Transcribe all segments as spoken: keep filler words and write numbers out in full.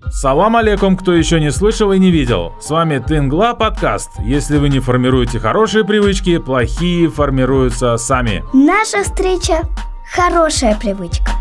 Салам алейкум, кто еще не слышал и не видел. С вами Тынгла подкаст. Если вы не формируете хорошие привычки, плохие формируются сами. Наша встреча – хорошая привычка.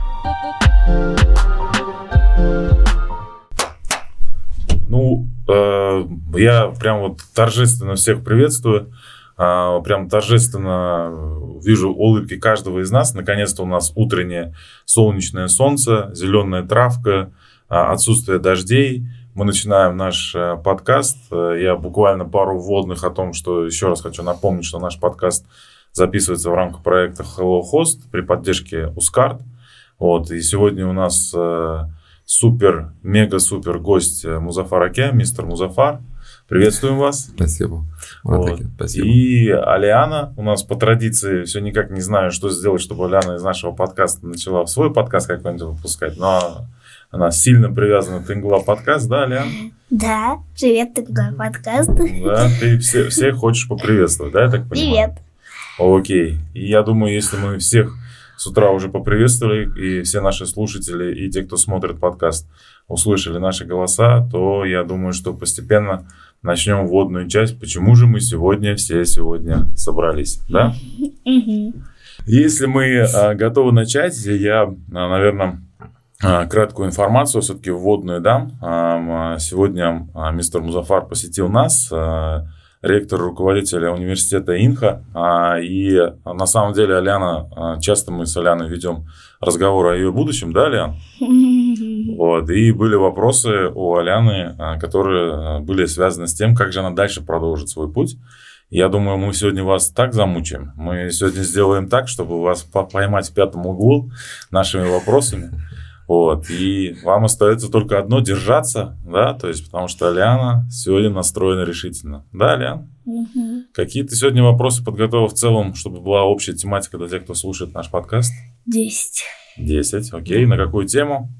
Ну, э, я прям вот торжественно всех приветствую. Э, прям торжественно вижу улыбки каждого из нас. Наконец-то у нас утреннее солнечное солнце, зеленая травка, отсутствие дождей. Мы начинаем наш подкаст. Я буквально пару вводных о том, что еще раз хочу напомнить, что наш подкаст записывается в рамках проекта HelloHost при поддержке Ускарт. Вот. И сегодня у нас супер, мега-супер гость Музафар Аке, мистер Музафар. Приветствуем вас. Спасибо. Вот. Спасибо. И Алиана, у нас по традиции, все никак не знаю, что сделать, чтобы Алиана из нашего подкаста начала свой подкаст какой-нибудь выпускать, но она сильно привязана к Тынгла подкаст, да, Алиана? Да, привет, Тынгла подкаст. Да, ты все, всех хочешь поприветствовать, да, я так понимаю? Привет. Окей. И я думаю, если мы всех с утра уже поприветствовали, и все наши слушатели, и те, кто смотрит подкаст, услышали наши голоса, то я думаю, что постепенно начнем вводную часть. Почему же мы сегодня все сегодня собрались, да? Если мы а, готовы начать, я, а, наверное, а, краткую информацию все-таки вводную дам. А, сегодня а, мистер Музафар посетил нас, а, ректор, руководитель университета Инха. А, и а, на самом деле, Аляна, а, часто мы с Аляной ведем разговоры о ее будущем, да, Алян? Вот, и были вопросы у Аляны, которые были связаны с тем, как же она дальше продолжит свой путь. Я думаю, мы сегодня вас так замучаем. Мы сегодня сделаем так, чтобы вас поймать в пятом углу нашими вопросами. Вот, и вам остается только одно – держаться, да, то есть, потому что Аляна сегодня настроена решительно. Да, Алян? Угу. Какие ты сегодня вопросы подготовил в целом, чтобы была общая тематика для тех, кто слушает наш подкаст? Десять. Десять, окей. На какую тему?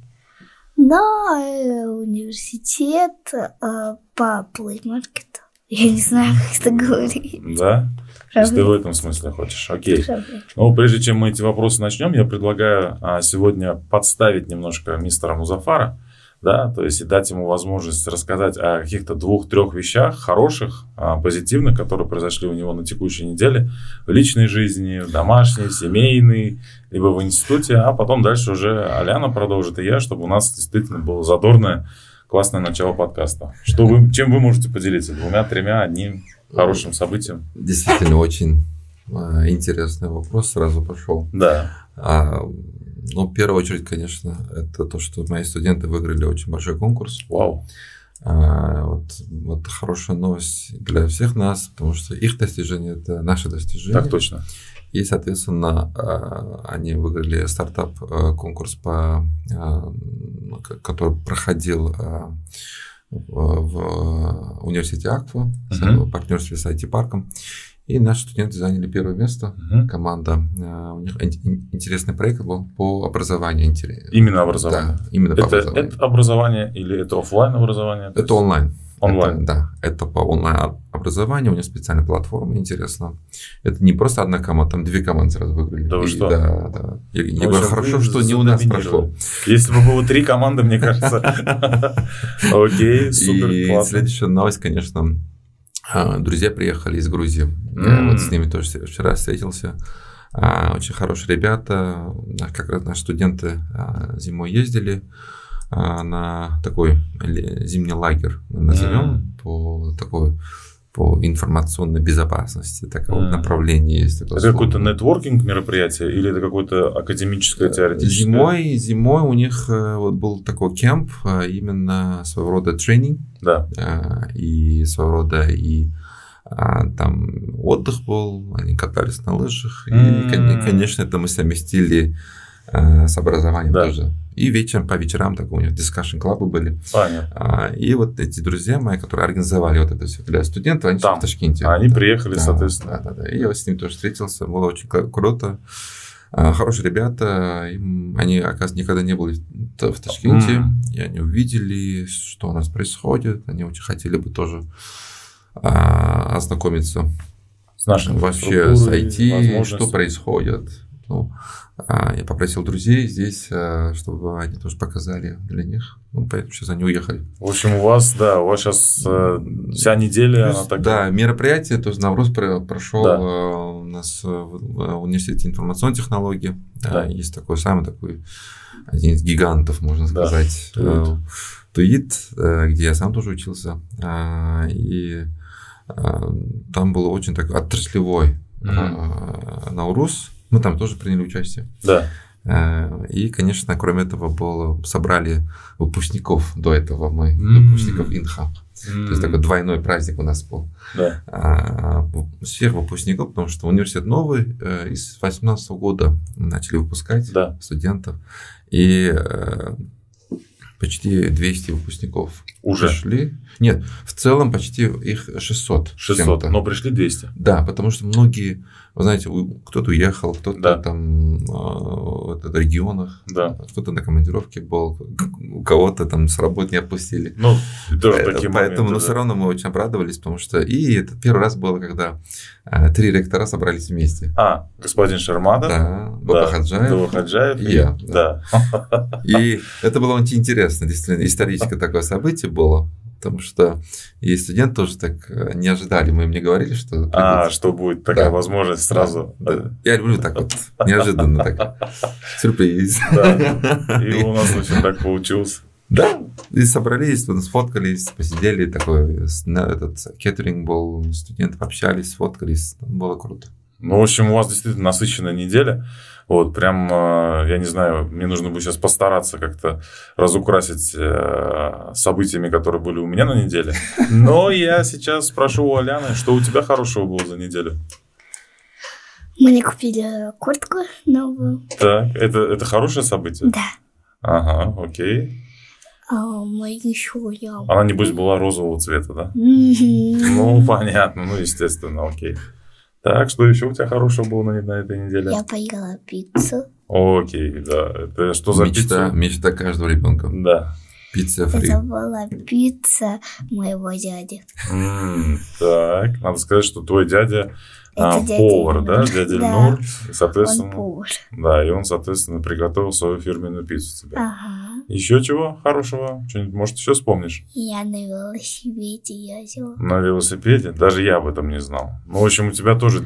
На э, университет э, по плеймаркету. Я не знаю, как это говорить. Да? Правда? Если ты в этом смысле хочешь. Окей. Правда. Ну, прежде чем мы эти вопросы начнем, я предлагаю а, сегодня подставить немножко мистера Музафара, да, то есть и дать ему возможность рассказать о каких-то двух-трех вещах хороших, а, позитивных, которые произошли у него на текущей неделе в личной жизни, в домашней, в семейной, либо в институте, а потом дальше уже Аляна продолжит и я, чтобы у нас действительно было задорное, классное начало подкаста. Что вы, чем вы можете поделиться? Двумя, тремя, одним хорошим событием? Действительно, очень а, интересный вопрос сразу пошел. Да. А, ну, в первую очередь, конечно, это то, что мои студенты выиграли очень большой конкурс. Вау. А, вот, вот хорошая новость для всех нас, потому что их достижения – это наши достижения. Так точно. И, соответственно, они выиграли стартап-конкурс, по, который проходил в университете АКФУ uh-huh. в партнерстве с ай ти-парком. И наши студенты заняли первое место. Uh-huh. Команда. У них интересный проект был по образованию. Именно образование? Да, именно это, по образованию. Это образование или это офлайн образование? Это онлайн. Онлайн? Это, да, это по онлайн-образованию, у них специальная платформа, интересно. Это не просто одна команда, там две команды сразу выиграли. Да вы и, что? Да, да. Я, я ну, говорю, хорошо, что не у нас прошло. Если бы было три команды, мне кажется. Окей, супер, и классно. Следующая новость, конечно, друзья приехали из Грузии. Я вот с ними тоже вчера встретился. Очень хорошие ребята, как раз наши студенты зимой ездили на такой зимний лагерь, назовем, mm. по такой по информационной безопасности, такого mm. направления есть. Это слово. Какой-то нетворкинг мероприятие или это какое-то академическое теоретическое? Зимой, зимой у них вот был такой кемп, именно своего рода тренинг, да. и своего рода и там отдых был, они катались на лыжах, mm. и, конечно, это мы совместили с образованием да. тоже. И вечером, по вечерам так у них дискашн-клабы были. Понятно. И вот эти друзья мои, которые организовали вот это все для студентов, они там, в Ташкенте. Они да. приехали, да, соответственно. Да, да, да. И я с ними тоже встретился, было очень круто. Хорошие ребята, им, они, оказывается, никогда не были в Ташкенте, mm. и они увидели, что у нас происходит, они очень хотели бы тоже а, ознакомиться с нашим вообще с ай ти, что происходит. Ну, я попросил друзей здесь, чтобы они тоже показали для них. Ну, поэтому сейчас они уехали. В общем, у вас, да, у вас сейчас э, вся неделя, Плюс, она такая. Да, мероприятие, то есть Навруз прошел Да. у нас в университете информационной технологии. Да. Есть такой самый такой, один из гигантов, можно Да. сказать, Туит. Туит, где я сам тоже учился. И там был очень такой отраслевой mm-hmm. Навруз. Мы там тоже приняли участие. Да. И, конечно, кроме этого, было, собрали выпускников до этого мы, mm-hmm. выпускников Инха. Mm-hmm. То есть такой двойной праздник у нас был. Да. А, всех выпускников, потому что университет новый, из две тысячи восемнадцатого года начали выпускать да. студентов. И почти двести выпускников уже пришли. Нет, в целом почти их шестьсот. шестьсот, но пришли двести. Да, потому что многие, вы знаете, кто-то уехал, кто-то да. там в регионах, да. кто-то на командировке был, у кого-то там с работы не отпустили. Ну, тоже Поэтому, такие поэтому моменты, но да. все равно мы очень обрадовались, потому что и это первый раз было, когда а, три ректора собрались вместе. А, господин Шермадов, да, Баба да, Хаджаев, Баба Хаджаев и я. Да. Да. И это было очень интересно, действительно, историческое такое событие было. Потому что и студенты тоже так не ожидали. Мы им не говорили, что... Придут. А, что будет такая да. возможность сразу. Да. Да. Я люблю так вот, неожиданно так. Сюрприз. Да. И у нас очень так получилось. Да, и собрались, сфоткались, посидели, такой этот кеттеринг был, студенты общались, сфоткались, было круто. Ну, в общем, у вас действительно насыщенная неделя. Вот, прям, я не знаю, мне нужно будет сейчас постараться как-то разукрасить событиями, которые были у меня на неделе. Но я сейчас спрошу у Аляны, что у тебя хорошего было за неделю? Мы не купили куртку новую. Так, это, это хорошее событие? Да. Ага, окей. А мы еще я... Она, небось, была розового цвета, да? Mm-hmm. Ну, понятно, ну, естественно, окей. Так, что еще у тебя хорошего было на, на этой неделе? Я поела пиццу. Окей, да. Это что за мечта, пицца? Мечта каждого ребенка. Да. Пицца фри. Это была пицца моего дяди. Mm, так, надо сказать, что твой дядя, а, дядя повар, Ильнур. да? Дядя Да. Ильнур. И, соответственно, Он повар. да, и он, соответственно, приготовил свою фирменную пиццу тебе. Ага. Еще чего хорошего? Что-нибудь, может, еще вспомнишь? Я на велосипеде ездила. На велосипеде? Даже я об этом не знал. Ну, в общем, у тебя тоже...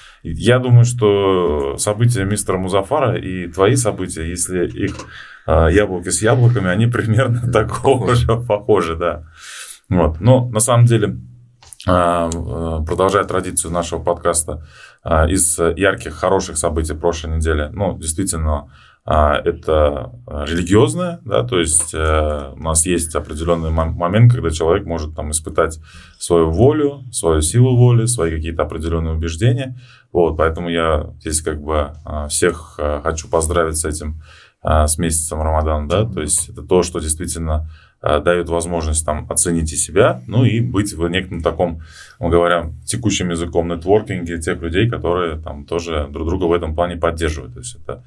Я думаю, что события мистера Музафара и твои события, если их э, яблоки с яблоками, они примерно такого же похожи, да. Вот. Но на самом деле, э, продолжая традицию нашего подкаста, э, из ярких, хороших событий прошлой недели, ну, действительно, э, это религиозное, да, то есть э, у нас есть определенный момент, когда человек может там испытать свою волю, свою силу воли, свои какие-то определенные убеждения. Вот, поэтому я здесь как бы всех хочу поздравить с этим, с месяцем Рамадан, да, то есть это то, что действительно дает возможность там оценить и себя, ну и быть в неком таком, мы говорим, текущим языком нетворкинге тех людей, которые там тоже друг друга в этом плане поддерживают. То есть это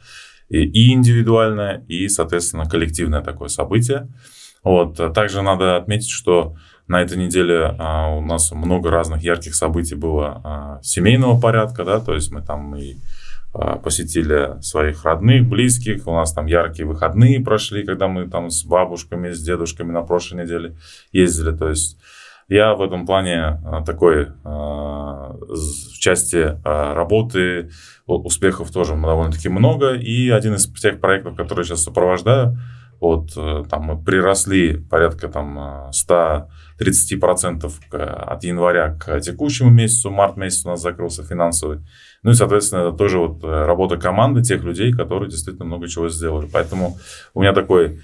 и индивидуальное, и, соответственно, коллективное такое событие. Вот. Также надо отметить, что на этой неделе а, у нас много разных ярких событий было а, семейного порядка, да, то есть мы там и а, посетили своих родных, близких, у нас там яркие выходные прошли, когда мы там с бабушками, с дедушками на прошлой неделе ездили, то есть я в этом плане а, такой а, в части а, работы, успехов тоже довольно-таки много, и один из тех проектов, которые сейчас сопровождаю, вот, там мы приросли порядка там сто тридцать процентов от января к текущему месяцу, март месяц у нас закрылся финансовый. Ну и, соответственно, это тоже вот работа команды тех людей, которые действительно много чего сделали. Поэтому у меня такой,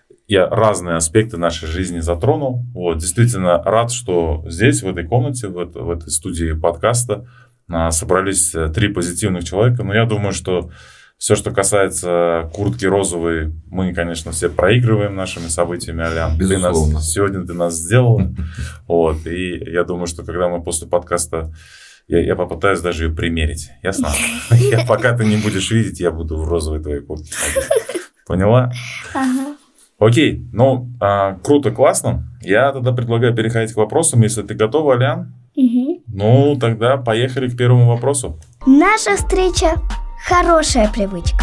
я разные аспекты нашей жизни затронул. Вот, действительно рад, что здесь, в этой комнате, в, это, в этой студии подкаста собрались три позитивных человека. Но я думаю, что все, что касается куртки розовой, мы, конечно, все проигрываем нашими событиями, Алян. Ты нас, сегодня ты нас сделала. Вот, и я думаю, что когда мы после подкаста, я, я попытаюсь даже ее примерить. Ясно? Я, пока ты не будешь видеть, я буду в розовой твоей куртке. Поняла? Ага. Окей, ну, а, круто, классно. Я тогда предлагаю переходить к вопросам. Если ты готова, Алян? Угу. Ну, тогда поехали к первому вопросу. Наша встреча Хорошая привычка.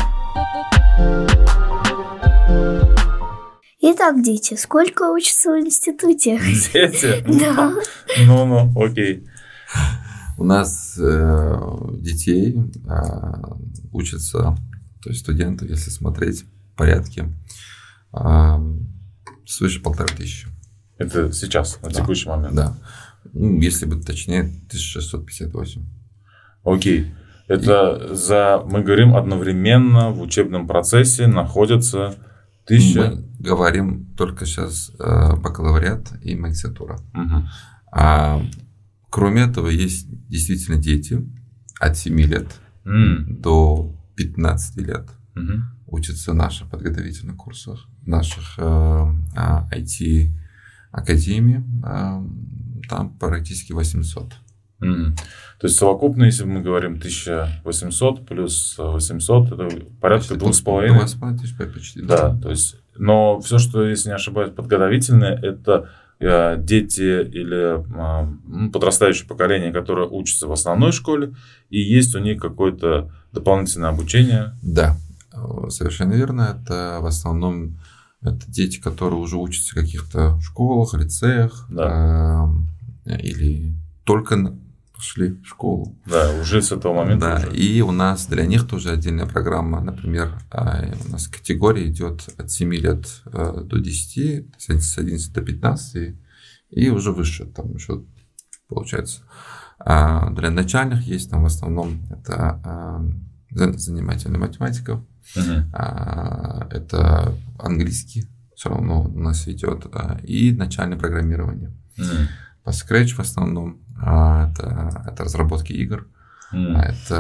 Итак, дети, сколько учатся в институте? Дети? Да. Ну-ну, окей. У нас э, детей э, учатся, то есть студентов, если смотреть в порядке, э, свыше полторы тысячи. Это сейчас, на Да. текущий момент? Да. Ну, если быть точнее, тысяча шестьсот пятьдесят восемь. Окей. Это И... за, мы говорим, одновременно в учебном процессе находятся тысяча... Мы говорим только сейчас э, бакалавриат и магистратура. Угу. А кроме этого, есть действительно дети от семи лет mm. до пятнадцати лет. Mm-hmm. Учатся в наших подготовительных курсах, в наших э, ай ти-академии. Э, там практически восемьсот. Mm. То есть совокупно, если мы говорим тысяча восемьсот плюс восемьсот, это порядка двух с половиной. Два с половиной тысяч почти. Да, да, то есть, но все, что, если не ошибаюсь, подготовительное, это э, дети или э, подрастающее поколение, которое учится в основной школе, и есть у них какое-то дополнительное обучение. Да, совершенно верно. Это в основном это дети, которые уже учатся в каких-то школах, лицеях, да. э, или только пошли в школу. Да, уже с этого момента. Да, уже. И у нас для них тоже отдельная программа. Например, у нас категория идет от семи лет до десяти, с одиннадцати до пятнадцати, и уже выше, там еще получается. А для начальных есть там в основном это занимательная математика, угу. это английский, все равно у нас идет, и начальное программирование. Угу. По Scratch в основном это, это разработки игр, mm.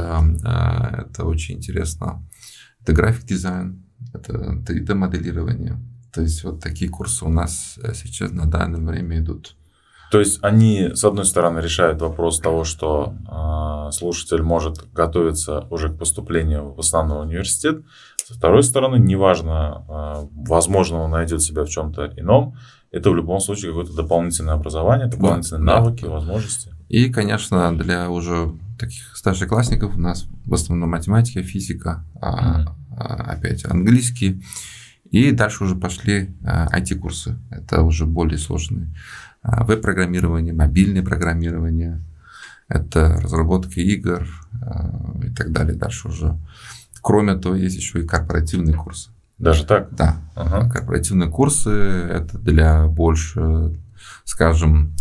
это, это очень интересно. Это график-дизайн, это три дэ-моделирование. То есть вот такие курсы у нас сейчас на данное время идут. То есть они, с одной стороны, решают вопрос того, что э, слушатель может готовиться уже к поступлению в основной университет. С второй стороны, неважно, э, возможно, он найдет себя в чем-то ином. Это в любом случае какое-то дополнительное образование, дополнительные да, навыки, да. возможности. И, конечно, для уже таких старшеклассников у нас в основном математика, физика, mm-hmm. а, опять английский. И дальше уже пошли ай ти-курсы. Это уже более сложные. Веб-программирование, мобильное программирование, это разработка игр и так далее. Дальше уже. Кроме того, есть еще и корпоративные курсы. Даже так? Да. Ага. Корпоративные курсы – это для больше, скажем,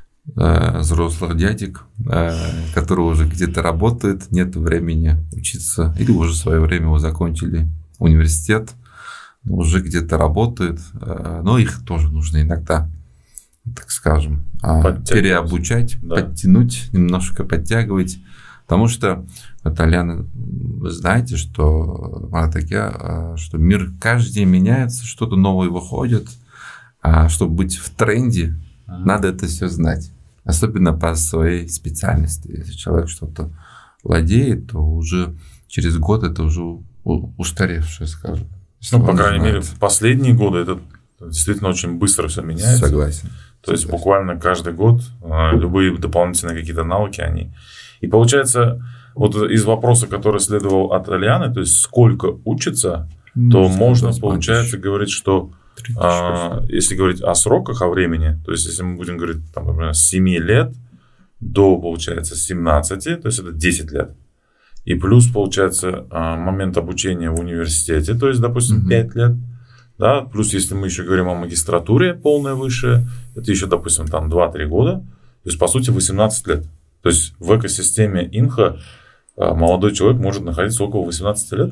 взрослых дядек, которые уже где-то работают, нет времени учиться, или уже в свое время вы закончили университет, уже где-то работают, но их тоже нужно иногда, так скажем, переобучать, да. подтянуть, немножко подтягивать. Потому что, Итальяны, вы знаете, что, что мир каждый день меняется, что-то новое выходит. А чтобы быть в тренде, mm-hmm. надо это все знать. Особенно по своей специальности. Если человек что-то владеет, то уже через год это уже устаревшее, скажем. Ну, по крайней мере, в последние годы это действительно очень быстро все меняется. Согласен. То есть буквально каждый год любые дополнительные какие-то навыки, они... И получается, вот из вопроса, который следовал от Алианы, то есть сколько учится, ну, то можно, получается, тысяч. говорить, что а, если говорить о сроках, о времени, то есть если мы будем говорить, там, например, с семи лет до, получается, семнадцати, то есть это десять лет. И плюс, получается, момент обучения в университете, то есть, допустим, угу. пять лет. Да? Плюс, если мы еще говорим о магистратуре полная высшая, это еще, допустим, там два-три года. То есть, по сути, восемнадцать лет. То есть, в экосистеме Инха молодой человек может находиться около восемнадцати лет?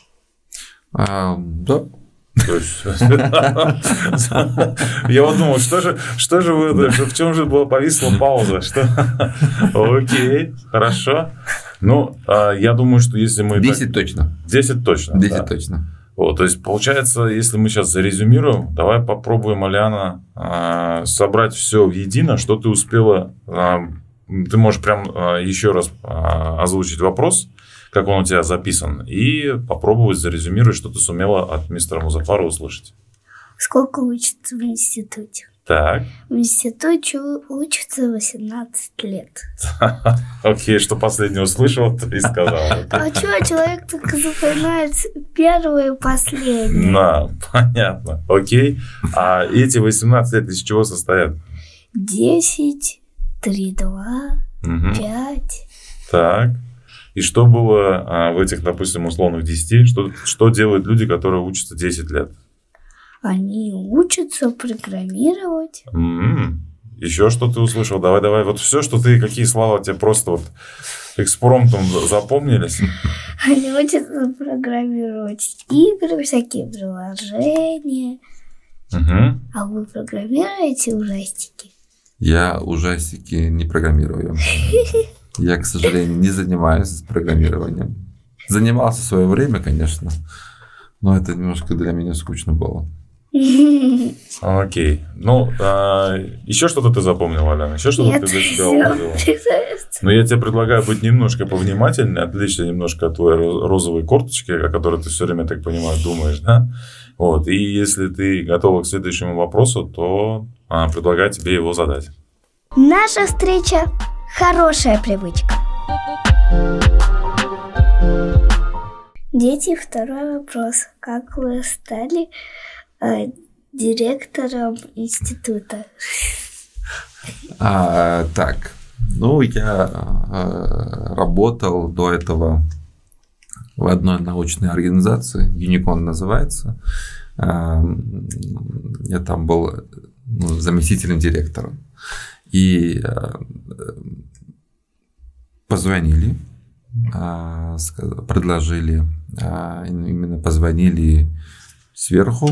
А, да. Я вот думал, что же, что же вы, в чем же была повисла пауза? Что? Окей, хорошо. Ну, я думаю, что если мы... десять точно. десять точно. десять точно. Вот, то есть, получается, если мы сейчас зарезюмируем, давай попробуем, Алиана, собрать все в едино, что ты успела... Ты можешь прям еще раз озвучить вопрос, как он у тебя записан, и попробовать зарезюмировать, что ты сумела от мистера Музафара услышать. Сколько учится в институте? Так. В институте учатся восемнадцать лет. Окей, что последнее услышал, ты и сказал. А что, человек только запоминает первое и последнее? Да, понятно. Окей. А эти восемнадцать лет из чего состоят? десять, три, два, пять. Так. И что было а, в этих, допустим, условных десяти? Что, что делают люди, которые учатся десять лет? Они учатся программировать. М-м-м. Еще что ты услышал? Давай, давай. Вот все, что ты, какие слова тебе просто вот экспромтом запомнились? Они учатся программировать игры, всякие приложения. Угу. А вы программируете ужастики? Я ужастики не программирую. Я, к сожалению, не занимаюсь программированием. Занимался в свое время, конечно, но это немножко для меня скучно было. Окей. Ну, а, еще что-то ты запомнил, Аляна? Еще что-то Нет, ты для себя всё, увидела? признаётся. Но я тебе предлагаю быть немножко повнимательнее, отвлечься немножко от твоей розовой курточки, о которой ты все время, так понимаю, думаешь, да? Вот. И если ты готова к следующему вопросу, то а, предлагаю тебе его задать. Наша встреча – хорошая привычка. Дети, второй вопрос. Как вы стали э, директором института? А, так, ну, я а, работал до этого в одной научной организации, Юникон называется. А, я там был ну, заместителем директора. И а, позвонили, а, предложили, а, именно позвонили сверху,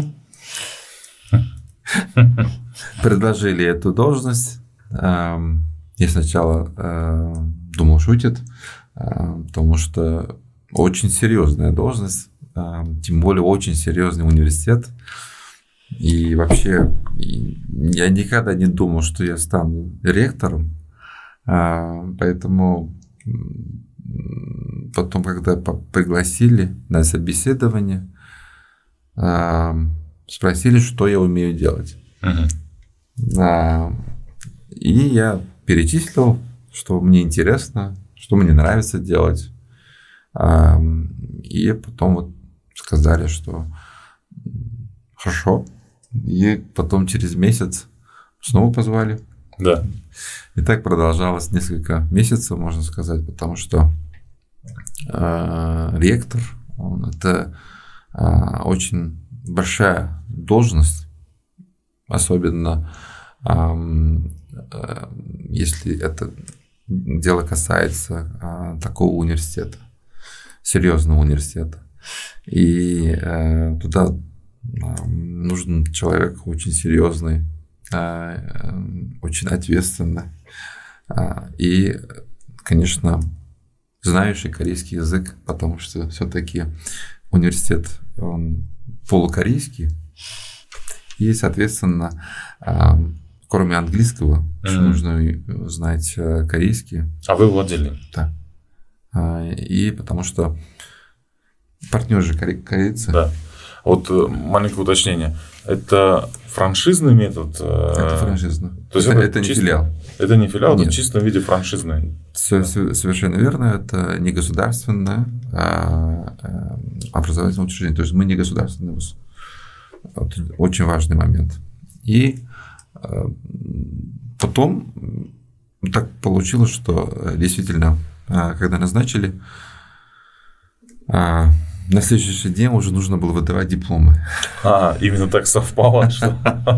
предложили эту должность. Я сначала думал, шутит, потому что очень серьезная должность, тем более очень серьезный университет. И вообще я никогда не думал, что я стану ректором, поэтому потом, когда пригласили на собеседование, спросили, что я умею делать. Uh-huh. И я перечислил, что мне интересно, что мне нравится делать. И потом вот сказали, что хорошо. И потом через месяц снова позвали. Да. И так продолжалось несколько месяцев, можно сказать, потому что э, ректор, он, это э, очень большая должность, особенно э, э, если это дело касается э, такого университета, серьезного университета. И э, туда э, нужен человек очень серьезный, очень ответственно и, конечно, знающий корейский язык, потому что все-таки университет он полукорейский, и, соответственно, кроме английского, mm-hmm. еще нужно знать корейский. А вы владели? Да. И потому что партнеры же корейцы. Да. Вот маленькое уточнение. Это франшизный метод? Это франшизный. То есть это, это, это не чисто, филиал. Это не филиал, Нет. Это в чистом виде франшизный. Совершенно верно. Это не государственное а образовательное учреждение. То есть мы не государственный вуз. Вот, очень важный момент. И потом так получилось, что действительно, когда назначили, на следующий день уже нужно было выдавать дипломы. А, именно так совпало, что...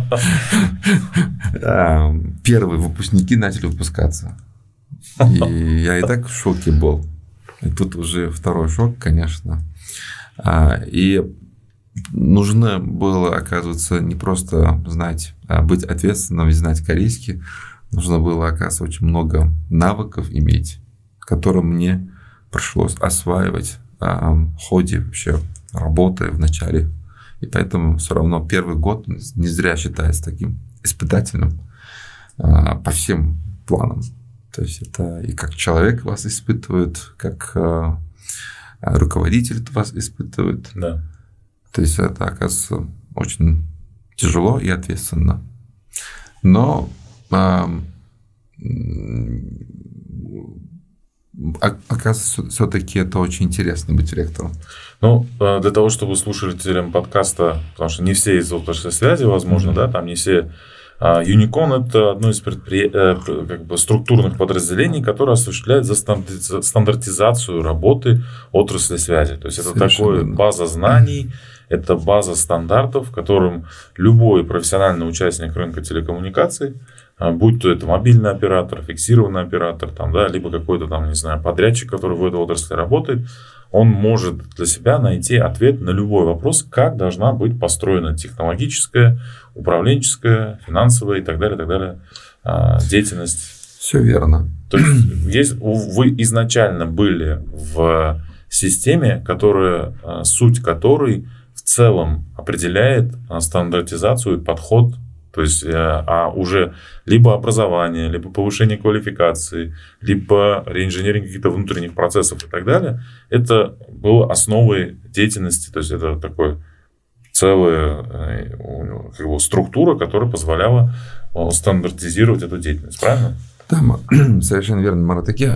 Первые выпускники начали выпускаться. И я и так в шоке был. И тут уже второй шок, конечно. И нужно было, оказывается, не просто знать, а быть ответственным и знать корейский. Нужно было, оказывается, очень много навыков иметь, которые мне пришлось осваивать в ходе вообще работы в начале. И поэтому все равно первый год не зря считается таким испытательным по всем планам. То есть это и как человек вас испытывает, как руководитель вас испытывает. Да. То есть это, оказывается, очень тяжело и ответственно. Но а, оказывается, все-таки это очень интересно быть ректором. Ну, для того, чтобы слушателям подкаста, потому что не все из отрасли связи, возможно, mm-hmm. да, там не все. Юникон – это одно из предпри... как бы, структурных подразделений, которое осуществляет за стандартизацию работы отрасли связи. То есть, это такая база знаний, это база стандартов, которым любой профессиональный участник рынка телекоммуникаций, будь то это мобильный оператор, фиксированный оператор, там, да, либо какой-то там, не знаю, подрядчик, который в этой отрасли работает, он может для себя найти ответ на любой вопрос, как должна быть построена технологическая, управленческая, финансовая и так далее, так далее деятельность. Все верно. То есть, есть вы изначально были в системе, которая, суть которой в целом определяет стандартизацию и подход. То есть, а уже либо образование, либо повышение квалификации, либо реинженеринг каких-то внутренних процессов и так далее, это было основой деятельности. То есть, это такое целая как бы, структура, которая позволяла стандартизировать эту деятельность. Правильно? Да, совершенно верно, Маратаки.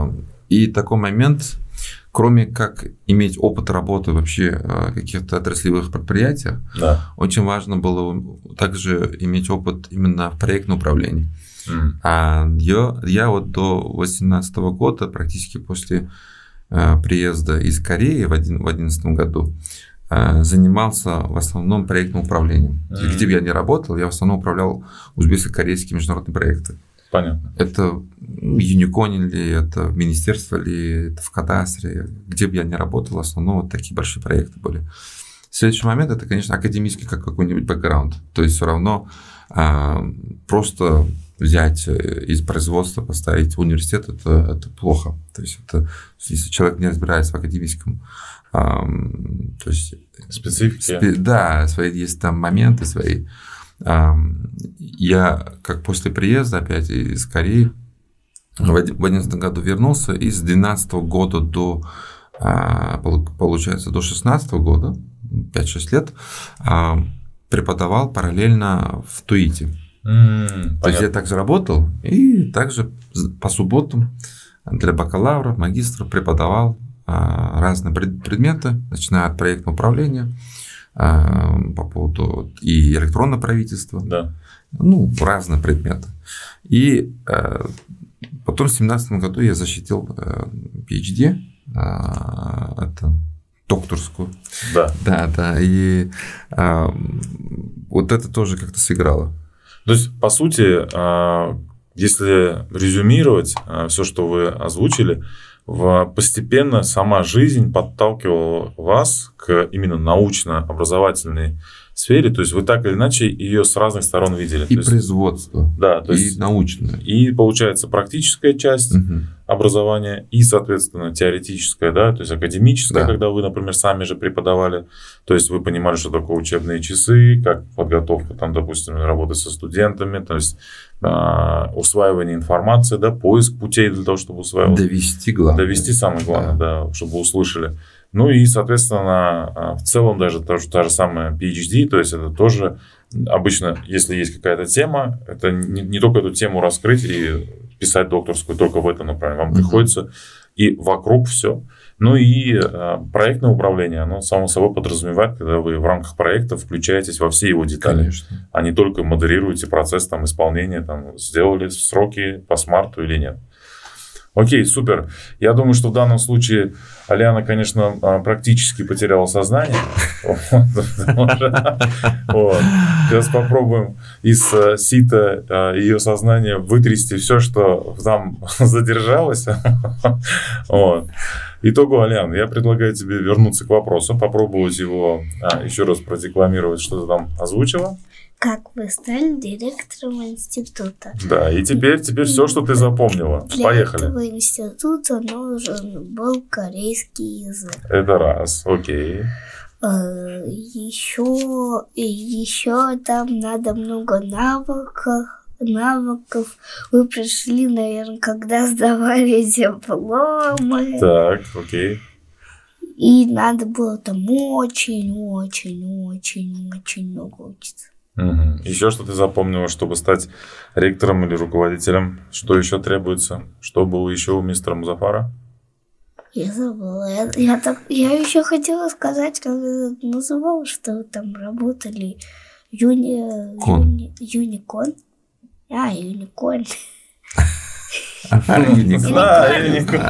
И такой момент, кроме как иметь опыт работы вообще в каких-то отраслевых предприятиях, да. очень важно было также иметь опыт именно в проектном управлении. Mm. А я, я вот до две тысячи восемнадцатого года, практически после э, приезда из Кореи в две тысячи одиннадцатом году, э, занимался в основном проектным управлением. Mm. Где бы я ни работал, я в основном управлял узбеко-корейские международные проекты. Понятно. Это в Юниконе ли, это в министерство ли, это в кадастре, где бы я ни работал, в основном вот такие большие проекты были. Следующий момент – это, конечно, академический как какой-нибудь бэкграунд. То есть, все равно а, просто взять из производства, поставить в университет – это, это плохо. То есть, это, если человек не разбирается в академическом, а, то есть… Специфике. Спе, да, свои, есть там моменты свои. Я, как после приезда опять из Кореи, в две тысячи одиннадцатом году вернулся, и с две тысячи двенадцатого года до, получается, до две тысячи шестнадцатого года, пять-шесть лет, преподавал параллельно в ТУИТе. Mm, То есть, я также работал, и также по субботам для бакалавра, магистра преподавал разные предметы, начиная от проектного управления, по поводу и электронного правительства, да. ну, разные предметы. И э, потом в две тысячи семнадцатом году я защитил э, пи эйч ди, э, это докторскую. Да. Да, да. И э, вот это тоже как-то сыграло. То есть, по сути, э, если резюмировать э, все, что вы озвучили, постепенно сама жизнь подталкивала вас к именно научно-образовательной сфере, то есть вы так или иначе ее с разных сторон видели. И то есть, производство, да, то и есть, научное. И получается практическая часть угу. образования, и, соответственно, теоретическая, да, то есть академическая, да. Когда вы, например, сами же преподавали, то есть вы понимали, что такое учебные часы, как подготовка, там, допустим, работы со студентами, то есть Uh, усваивание информации, да, поиск путей для того, чтобы усваивать. Довести главное. Довести самое главное, да. Да, чтобы услышали. Ну и, соответственно, в целом даже та, та же самая пи эйч ди, то есть это тоже обычно, если есть какая-то тема, это не, не только эту тему раскрыть и писать докторскую только в этом направлении. Вам uh-huh. приходится и вокруг все. Ну и э, проектное управление, оно само собой подразумевает, когда вы в рамках проекта включаетесь во все его детали. Конечно. А не только модерируете процесс там, исполнения, там, сделали сроки по смарту или нет. Окей, супер. Я думаю, что в данном случае Алиана, конечно, практически потеряла сознание. Сейчас попробуем из сита ее сознания вытрясти все, что там задержалось. Итого, Алиан, я предлагаю тебе вернуться к вопросу, попробовать его еще раз продекламировать, что ты там озвучила. Как вы стали директором института? Да, и теперь, теперь все, что ты запомнила. Для Поехали. Для этого института нужен был корейский язык. Это раз, окей. Еще, еще там надо много навыков. навыков. Вы пришли, наверное, когда сдавали дипломы. Так, окей. И надо было там очень-очень-очень-очень много учиться. Угу. Еще что ты запомнила, чтобы стать ректором или руководителем? Что еще требуется? Что было еще у мистера Музафара? Я забыла. Я, я, так, я еще хотела сказать, как называл, что вы там работали. Юни... Юни... Юникон. А, Юникон. Юникон.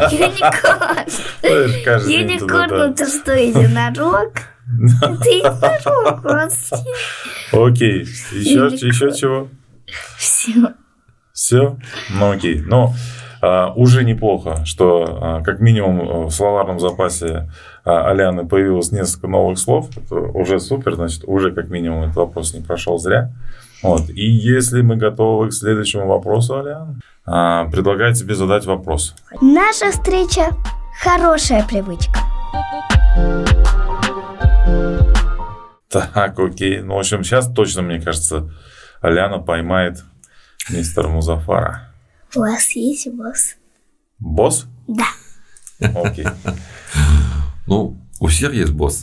Юникон, это что, единорог? Это единорог, вот. Окей. Еще чего? Все. Все? Ну окей. Ну, уже неплохо, что как минимум в словарном запасе Аляны появилось несколько новых слов. Это уже супер, значит, уже как минимум этот вопрос не прошел зря. Вот. И если мы готовы к следующему вопросу, Аляна, предлагаю тебе задать вопрос. Наша встреча – хорошая привычка. Так, окей. Ну, в общем, сейчас точно, мне кажется, Аляна поймает мистера Музафара. У вас есть босс? Босс? Да. Окей. Ну, у всех есть босс.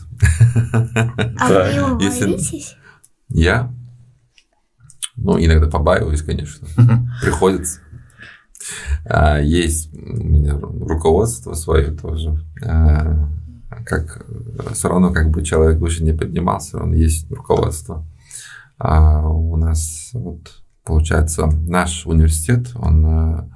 А вы его боитесь? Я? Ну, иногда побаиваюсь, конечно. Приходится. А, есть у меня руководство свое тоже. А, как, все равно, как бы человек выше не поднимался, все равно есть руководство. А у нас, вот, получается, наш университет, он,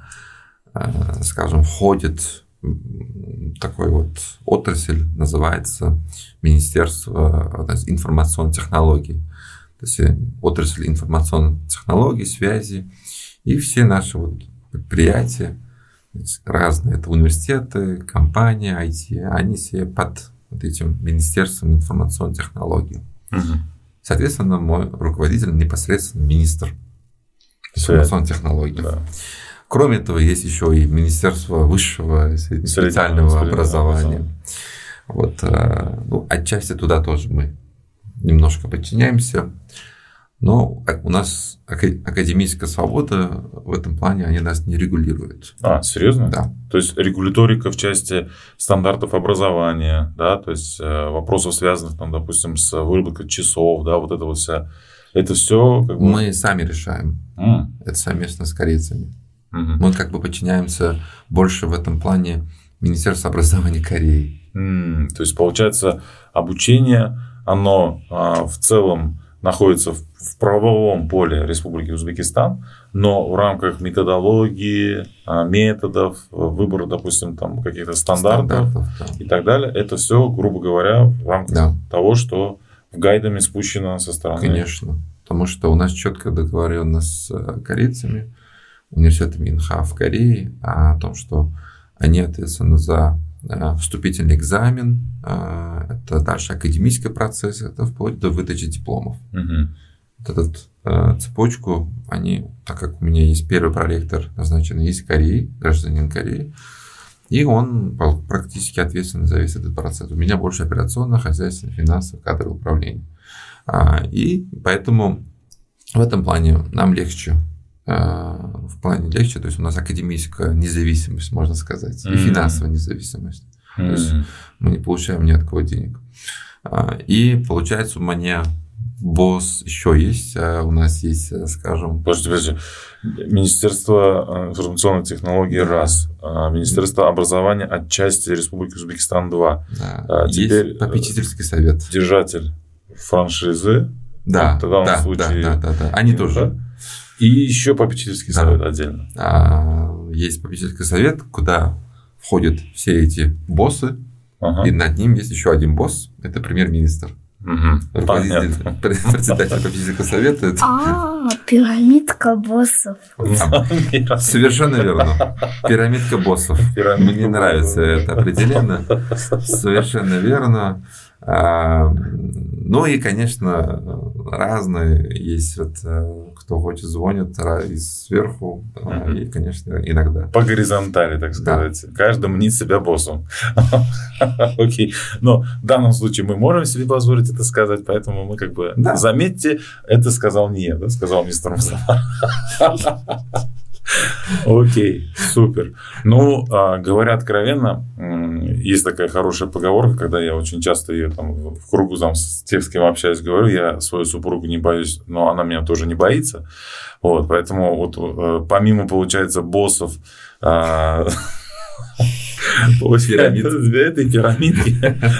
а, скажем, входит в такой вот отрасль, называется Министерство информационных технологий. То есть отрасль информационных технологий, связи. И все наши вот предприятия, разные, это университеты, компании, ай ти, они все под вот этим Министерством информационных технологий. Угу. Соответственно, мой руководитель непосредственно министр информационных технологий. Да. Кроме этого, есть еще и Министерство высшего специального образования. Вот, ну, отчасти туда тоже мы немножко подчиняемся, но у нас академическая свобода в этом плане, они нас не регулируют. А, серьезно? Да. То есть регуляторика в части стандартов образования, да, то есть вопросов, связанных, там, допустим, с выработкой часов, да, вот это вот вся, это все как бы... Мы сами решаем. Mm. Это совместно с корейцами. Mm-hmm. Мы как бы подчиняемся больше в этом плане Министерству образования Кореи. Mm. То есть, получается, обучение, оно а, в целом находится в, в правовом поле Республики Узбекистан, но в рамках методологии, а, методов, выбора, допустим, там, каких-то стандартов, стандартов да. и так далее, это все, грубо говоря, в рамках да. того, что в гайдами спущено со стороны. Конечно, потому что у нас четко договорено с корейцами, университетом Инха в Корее, о том, что они ответственны за вступительный экзамен, это дальше академический процесс, это вплоть до выдачи дипломов. Угу. Вот эту цепочку, они, так как у меня есть первый проректор, назначенный из Кореи, гражданин Кореи, и он практически ответственен за весь этот процесс. У меня больше операционно, хозяйственно, финансово, кадровое управление. И поэтому в этом плане нам легче. В плане легче, то есть у нас академическая независимость, можно сказать, mm-hmm. и финансовая независимость. Mm-hmm. То есть мы не получаем ни от кого денег. И получается, у меня босс еще есть, у нас есть, скажем... Подожди, подожди. Министерство информационных технологий да. раз, Министерство образования отчасти Республики Узбекистан два. Да. А теперь есть попечительский совет. Держатель франшизы. Да, в да, случае... да, да, да. Они тоже. И еще попечительский да. совет отдельно. А, есть попечительский совет, куда входят все эти боссы, ага. и над ним есть еще один босс, это премьер-министр. Угу. Руководитель, председатель попечительского совета. Это... А, пирамидка боссов. Совершенно верно. Пирамидка боссов. Пирамидка Мне боссов. Нравится это определенно. Совершенно верно. А, ну и, конечно, разные есть, вот, кто хочет, звонит из сверху, mm-hmm. и, конечно, иногда. По горизонтали, так сказать. Да. Каждый мнит себя боссом. Окей. Но в данном случае мы можем себе позволить это сказать, поэтому мы как бы, да. заметьте, это сказал не я, да, сказал мистер Музафар. Окей, супер. Ну, говоря откровенно, есть такая хорошая поговорка, когда я очень часто ее там в кругу там, с тех, с кем общаюсь, говорю, я свою супругу не боюсь, но она меня тоже не боится. Вот, поэтому вот помимо, получается, боссов, этой пирамидки.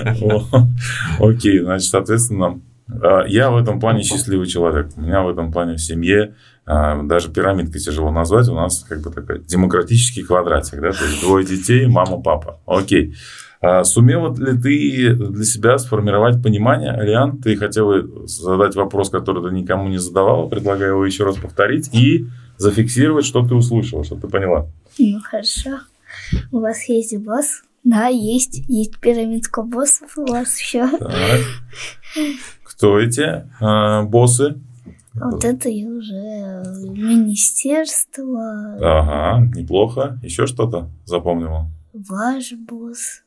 Окей, значит, соответственно, я в этом плане счастливый человек. У меня в этом плане в семье даже пирамидкой тяжело назвать. У нас как бы такой демократический квадратик, да, то есть двое детей, мама, папа. Окей. Сумела ли ты для себя сформировать понимание, Алиан? Ты хотела задать вопрос, который ты никому не задавала. Предлагаю его еще раз повторить и зафиксировать, что ты услышала, что ты поняла. Ну, хорошо. У вас есть босс? Да, есть. Есть пирамидка боссов у вас еще. Так. Кто эти э, боссы? Вот это и уже министерство. Ага, неплохо. Еще что-то запомнила? Ваш босс.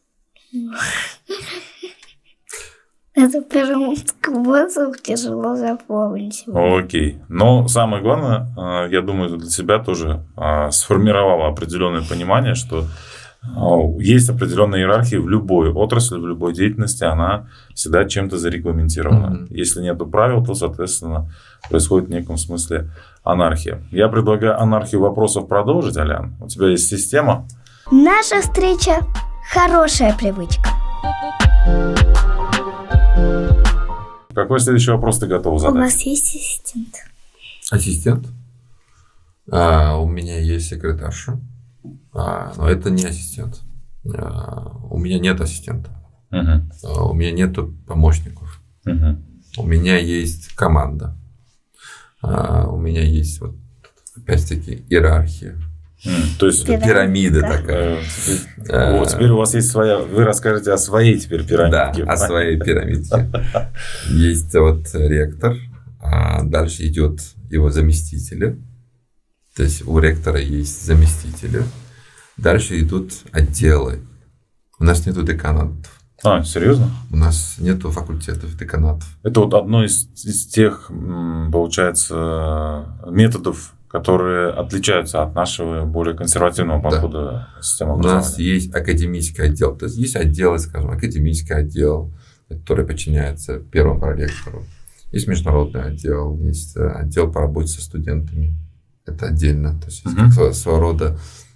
Это пирамидка боссов тяжело запомнить. Окей. Но самое главное, я думаю, для себя тоже сформировало определенное понимание, что есть определенная иерархия в любой отрасли, в любой деятельности, она всегда чем-то зарегламентирована. Mm-hmm. Если нет правил, то, соответственно, происходит в неком смысле анархия. Я предлагаю анархию вопросов продолжить, Алян. У тебя есть система? Наша встреча – хорошая привычка. Какой следующий вопрос ты готов задать? У вас есть ассистент? Ассистент? А, у меня есть секретарша. А, но это не ассистент. А, у меня нет ассистента. Uh-huh. А, у меня нет помощников. Uh-huh. У меня есть команда. А, у меня есть вот опять-таки иерархия. Mm, то есть пирамида такая. А, вот, теперь у вас есть своя. Вы расскажете о своей теперь пирамидке. Да, о своей пирамидке. Есть вот ректор, а дальше идет его заместители. То есть у ректора есть заместители. Дальше идут отделы. У нас нету деканатов. А, серьезно? У нас нету факультетов, деканатов. Это вот одно из, из тех, получается, методов, которые отличаются от нашего более консервативного подхода да. системы образования. У нас есть академический отдел. То есть есть отделы, скажем, академический отдел, который подчиняется первому проректору. Есть международный отдел, есть отдел по работе со студентами. Это отдельно. То есть, mm-hmm. как своего рода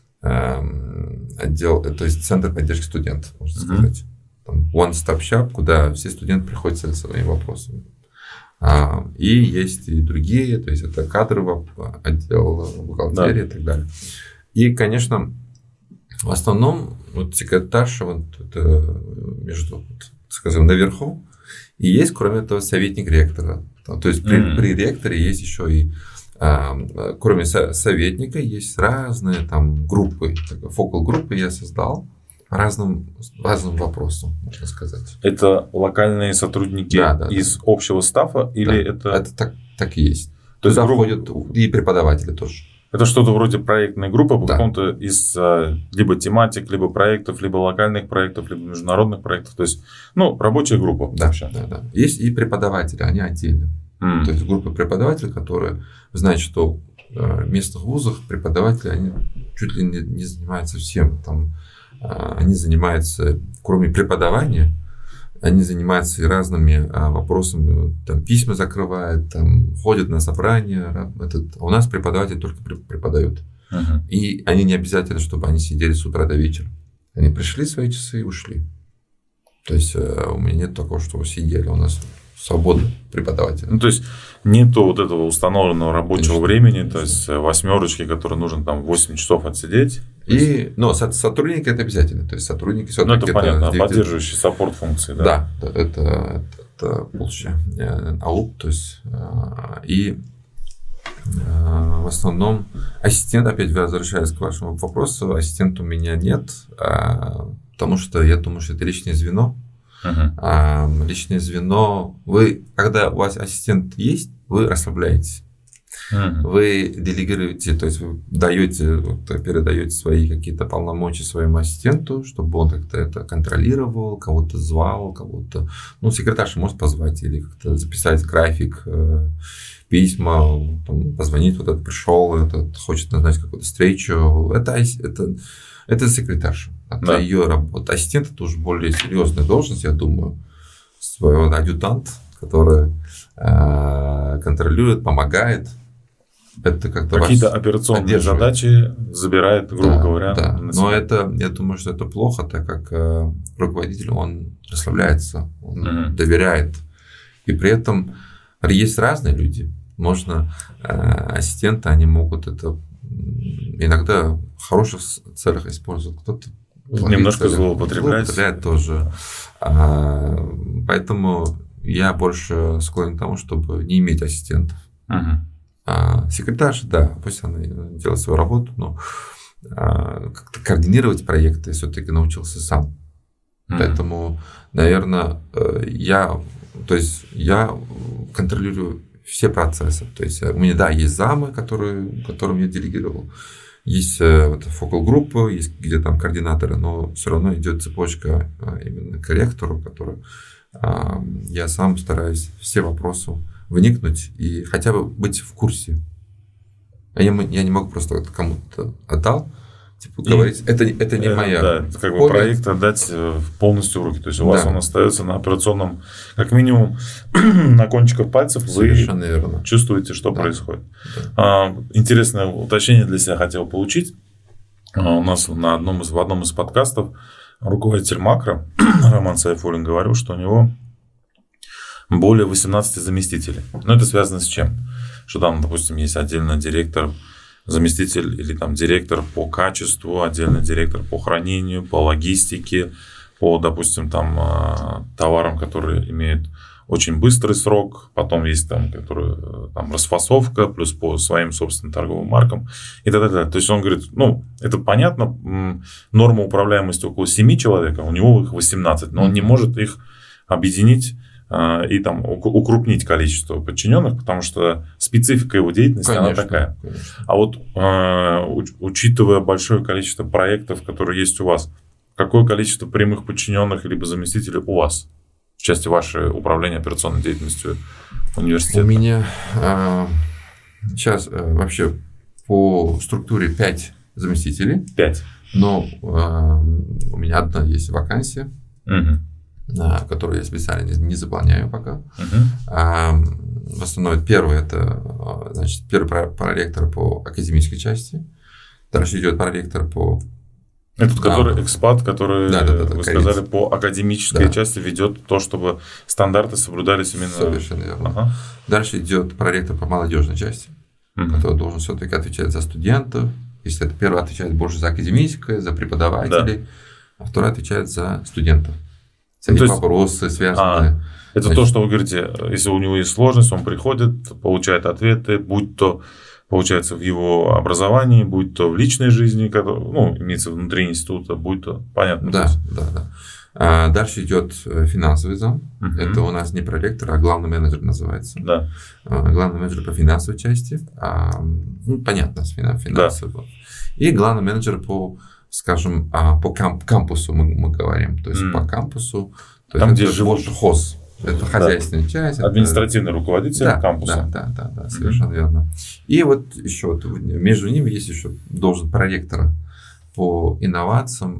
эм, отдел, то есть центр поддержки студентов, можно mm-hmm. сказать. Там one-stop shop, куда все студенты приходят со своими вопросами. А, и есть и другие, то есть это кадровый отдел, бухгалтерия да. и так далее. И, конечно, в основном вот секретарша вот это между, вот, скажем, наверху, и есть, кроме этого, советник ректора. То есть при, mm-hmm. при ректоре есть еще и а, кроме со- советника есть разные там группы, фокал-группы я создал. По разным, разным вопросам, можно сказать. Это локальные сотрудники да, да, из да. общего стафа или да, это... Это так, так и есть. То есть входят и преподаватели тоже. Это что-то вроде проектной группы по да. какому-то из либо тематик, либо проектов, либо локальных проектов, либо международных проектов. То есть, ну, рабочая группа. Да, да, да. Есть и преподаватели, они отдельно. Mm. То есть группа преподавателей, которые знают, что в местных вузах преподаватели, они чуть ли не, не занимаются всем там. Они занимаются, кроме преподавания, они занимаются и разными вопросами, там письма закрывают, там ходят на собрания. Этот, а у нас преподаватели только преподают. Uh-huh. И они не обязательно, чтобы они сидели с утра до вечера. Они пришли свои часы и ушли. То есть у меня нет такого, что сидели. У нас свобода преподавателя. Ну, то есть нету вот этого установленного рабочего конечно, времени, конечно. То есть восьмерочки, которые нужно там восемь часов отсидеть. И, но сотрудники это обязательно. То есть сотрудники все-таки. Ну, это понятно, это поддерживающие саппорт функции. Да, да это, это, это получше АУП. То есть, и в основном ассистент, опять возвращаясь к вашему вопросу, ассистента у меня нет, потому что я думаю, что это личное звено. Uh-huh. А, личное звено, вы, когда у вас ассистент есть, вы расслабляетесь. Uh-huh. Вы делегируете, то есть вы даете, передаете свои какие-то полномочия своему ассистенту, чтобы он как-то это контролировал, кого-то звал, кого-то. Ну, секретарша может позвать или как-то записать график письма, там, позвонить, вот этот пришел, этот хочет назначить какую-то встречу. Это, это, это секретарша. Это да. ее работа. Ассистент – это уже более серьезная должность, я думаю. Своего адъютант, который э, контролирует, помогает. Это как-то какие-то операционные задачи забирает, грубо да, говоря. Да. Но это, я думаю, что это плохо, так как э, руководитель, он расслабляется, он mm-hmm. доверяет. И при этом есть разные люди. Можно э, ассистенты, они могут это иногда в хороших целях использовать. Кто-то немножко злоупотребляет. Злоупотребляет тоже. А, поэтому я больше склонен к тому, чтобы не иметь ассистентов. Uh-huh. А, секретарша, да, пусть она делает свою работу, но а, как-то координировать проекты все-таки научился сам. Uh-huh. Поэтому, наверное, я, то есть я контролирую все процессы. То есть у меня, да, есть замы, которые, которым я делегировал. Есть вот, фокал-группа, есть где там координаторы, но все равно идет цепочка именно к ректору, который а, я сам стараюсь все вопросы вникнуть и хотя бы быть в курсе. Я, я не могу просто кому-то отдал, типа, и говорить, это, это не моя. Да, это как бы проект отдать полностью в руки. То есть у да. вас он остается на операционном, как минимум, на кончиках пальцев. Совершенно вы верно. Чувствуете, что да. происходит. Да. Интересное уточнение для себя хотел получить. У нас на одном из, в одном из подкастов руководитель Макро Роман Сайфуллин говорил, что у него более восемнадцати заместителей. Но это связано с чем? Что там, допустим, есть отдельно директор, заместитель или там директор по качеству, отдельный директор по хранению, по логистике, по, допустим, там товарам, которые имеют очень быстрый срок, потом есть там, которые, там расфасовка, плюс по своим собственным торговым маркам и так далее. То есть он говорит, ну, это понятно, норма управляемости около семи человек, а у него их восемнадцать, но он не может их объединить и там укрупнить количество подчиненных, потому что специфика его деятельности, конечно, она такая. Конечно. А вот э, учитывая большое количество проектов, которые есть у вас, какое количество прямых подчиненных либо заместителей у вас в части вашей управления операционной деятельностью университета? У меня э, сейчас э, вообще по структуре пять заместителей. пять. Но э, у меня одна есть вакансия. Угу. Которую я специально не заполняю пока. Uh-huh. А, в основном первый это, значит, первый проректор по академической части. Дальше идет проректор по... Этот, который экспат, который, да, да, да, вы корейц. сказали, по академической да. части ведет то, чтобы стандарты соблюдались именно... Совершенно верно. Ага. Дальше идет проректор по молодежной части, uh-huh. который должен все-таки отвечать за студентов. Если это первый отвечает больше за академическое, за преподавателей, да. а второй отвечает за студентов. Всякие ну, вопросы связанные. А, это Значит, то, что вы говорите, если у него есть сложность, он приходит, получает ответы, будь то, получается, в его образовании, будь то в личной жизни, ну, имеется внутри института, будь то, понятно. Да, да, да. А дальше идет финансовый зам. Uh-huh. Это у нас не проректор, а главный менеджер называется. Да. Главный менеджер по финансовой части. А, ну, понятно, с финансовой. Да. И главный менеджер по... скажем, по кампусу мы, мы говорим, то есть mm. по кампусу, то там, есть где живут хоз, это да. хозяйственная часть, административный это... руководитель да, кампуса. Да, да, да, да, совершенно mm-hmm. верно. И вот еще вот, между ними есть еще должен проректор по инновациям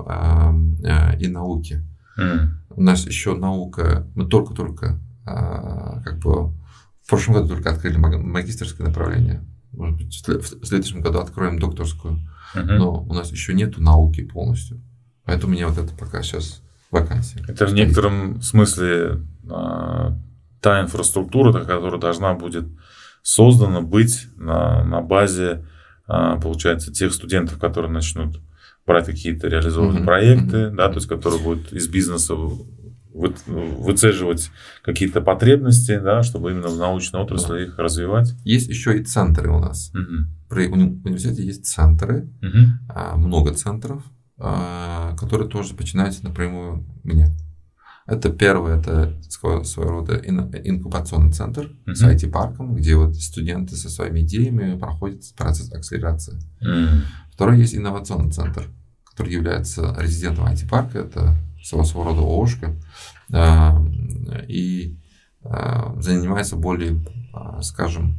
э, и науке. Mm. У нас еще наука, мы только-только э, как бы в прошлом году только открыли магистерское направление, может быть в следующем году откроем докторскую. Uh-huh. Но у нас еще нету науки полностью. Поэтому у меня вот это пока сейчас вакансия. Это в некотором смысле а, та инфраструктура, которая должна будет создана быть на, на базе, а, получается, тех студентов, которые начнут брать какие-то реализованные uh-huh. проекты, uh-huh. да, то есть которые будут из бизнеса вы, выцеживать какие-то потребности, да, чтобы именно в научной отрасли uh-huh. их развивать. Есть еще и центры у нас. Uh-huh. При университете есть центры, uh-huh. много центров, которые тоже подчиняются напрямую мне. Это первый, это своего, своего рода инкубационный центр uh-huh. с ай ти-парком, где вот студенты со своими идеями проходят процесс акселерации. Uh-huh. Второй есть инновационный центр, который является резидентом ай ти-парка, это своего рода ООшка, и занимается более, скажем,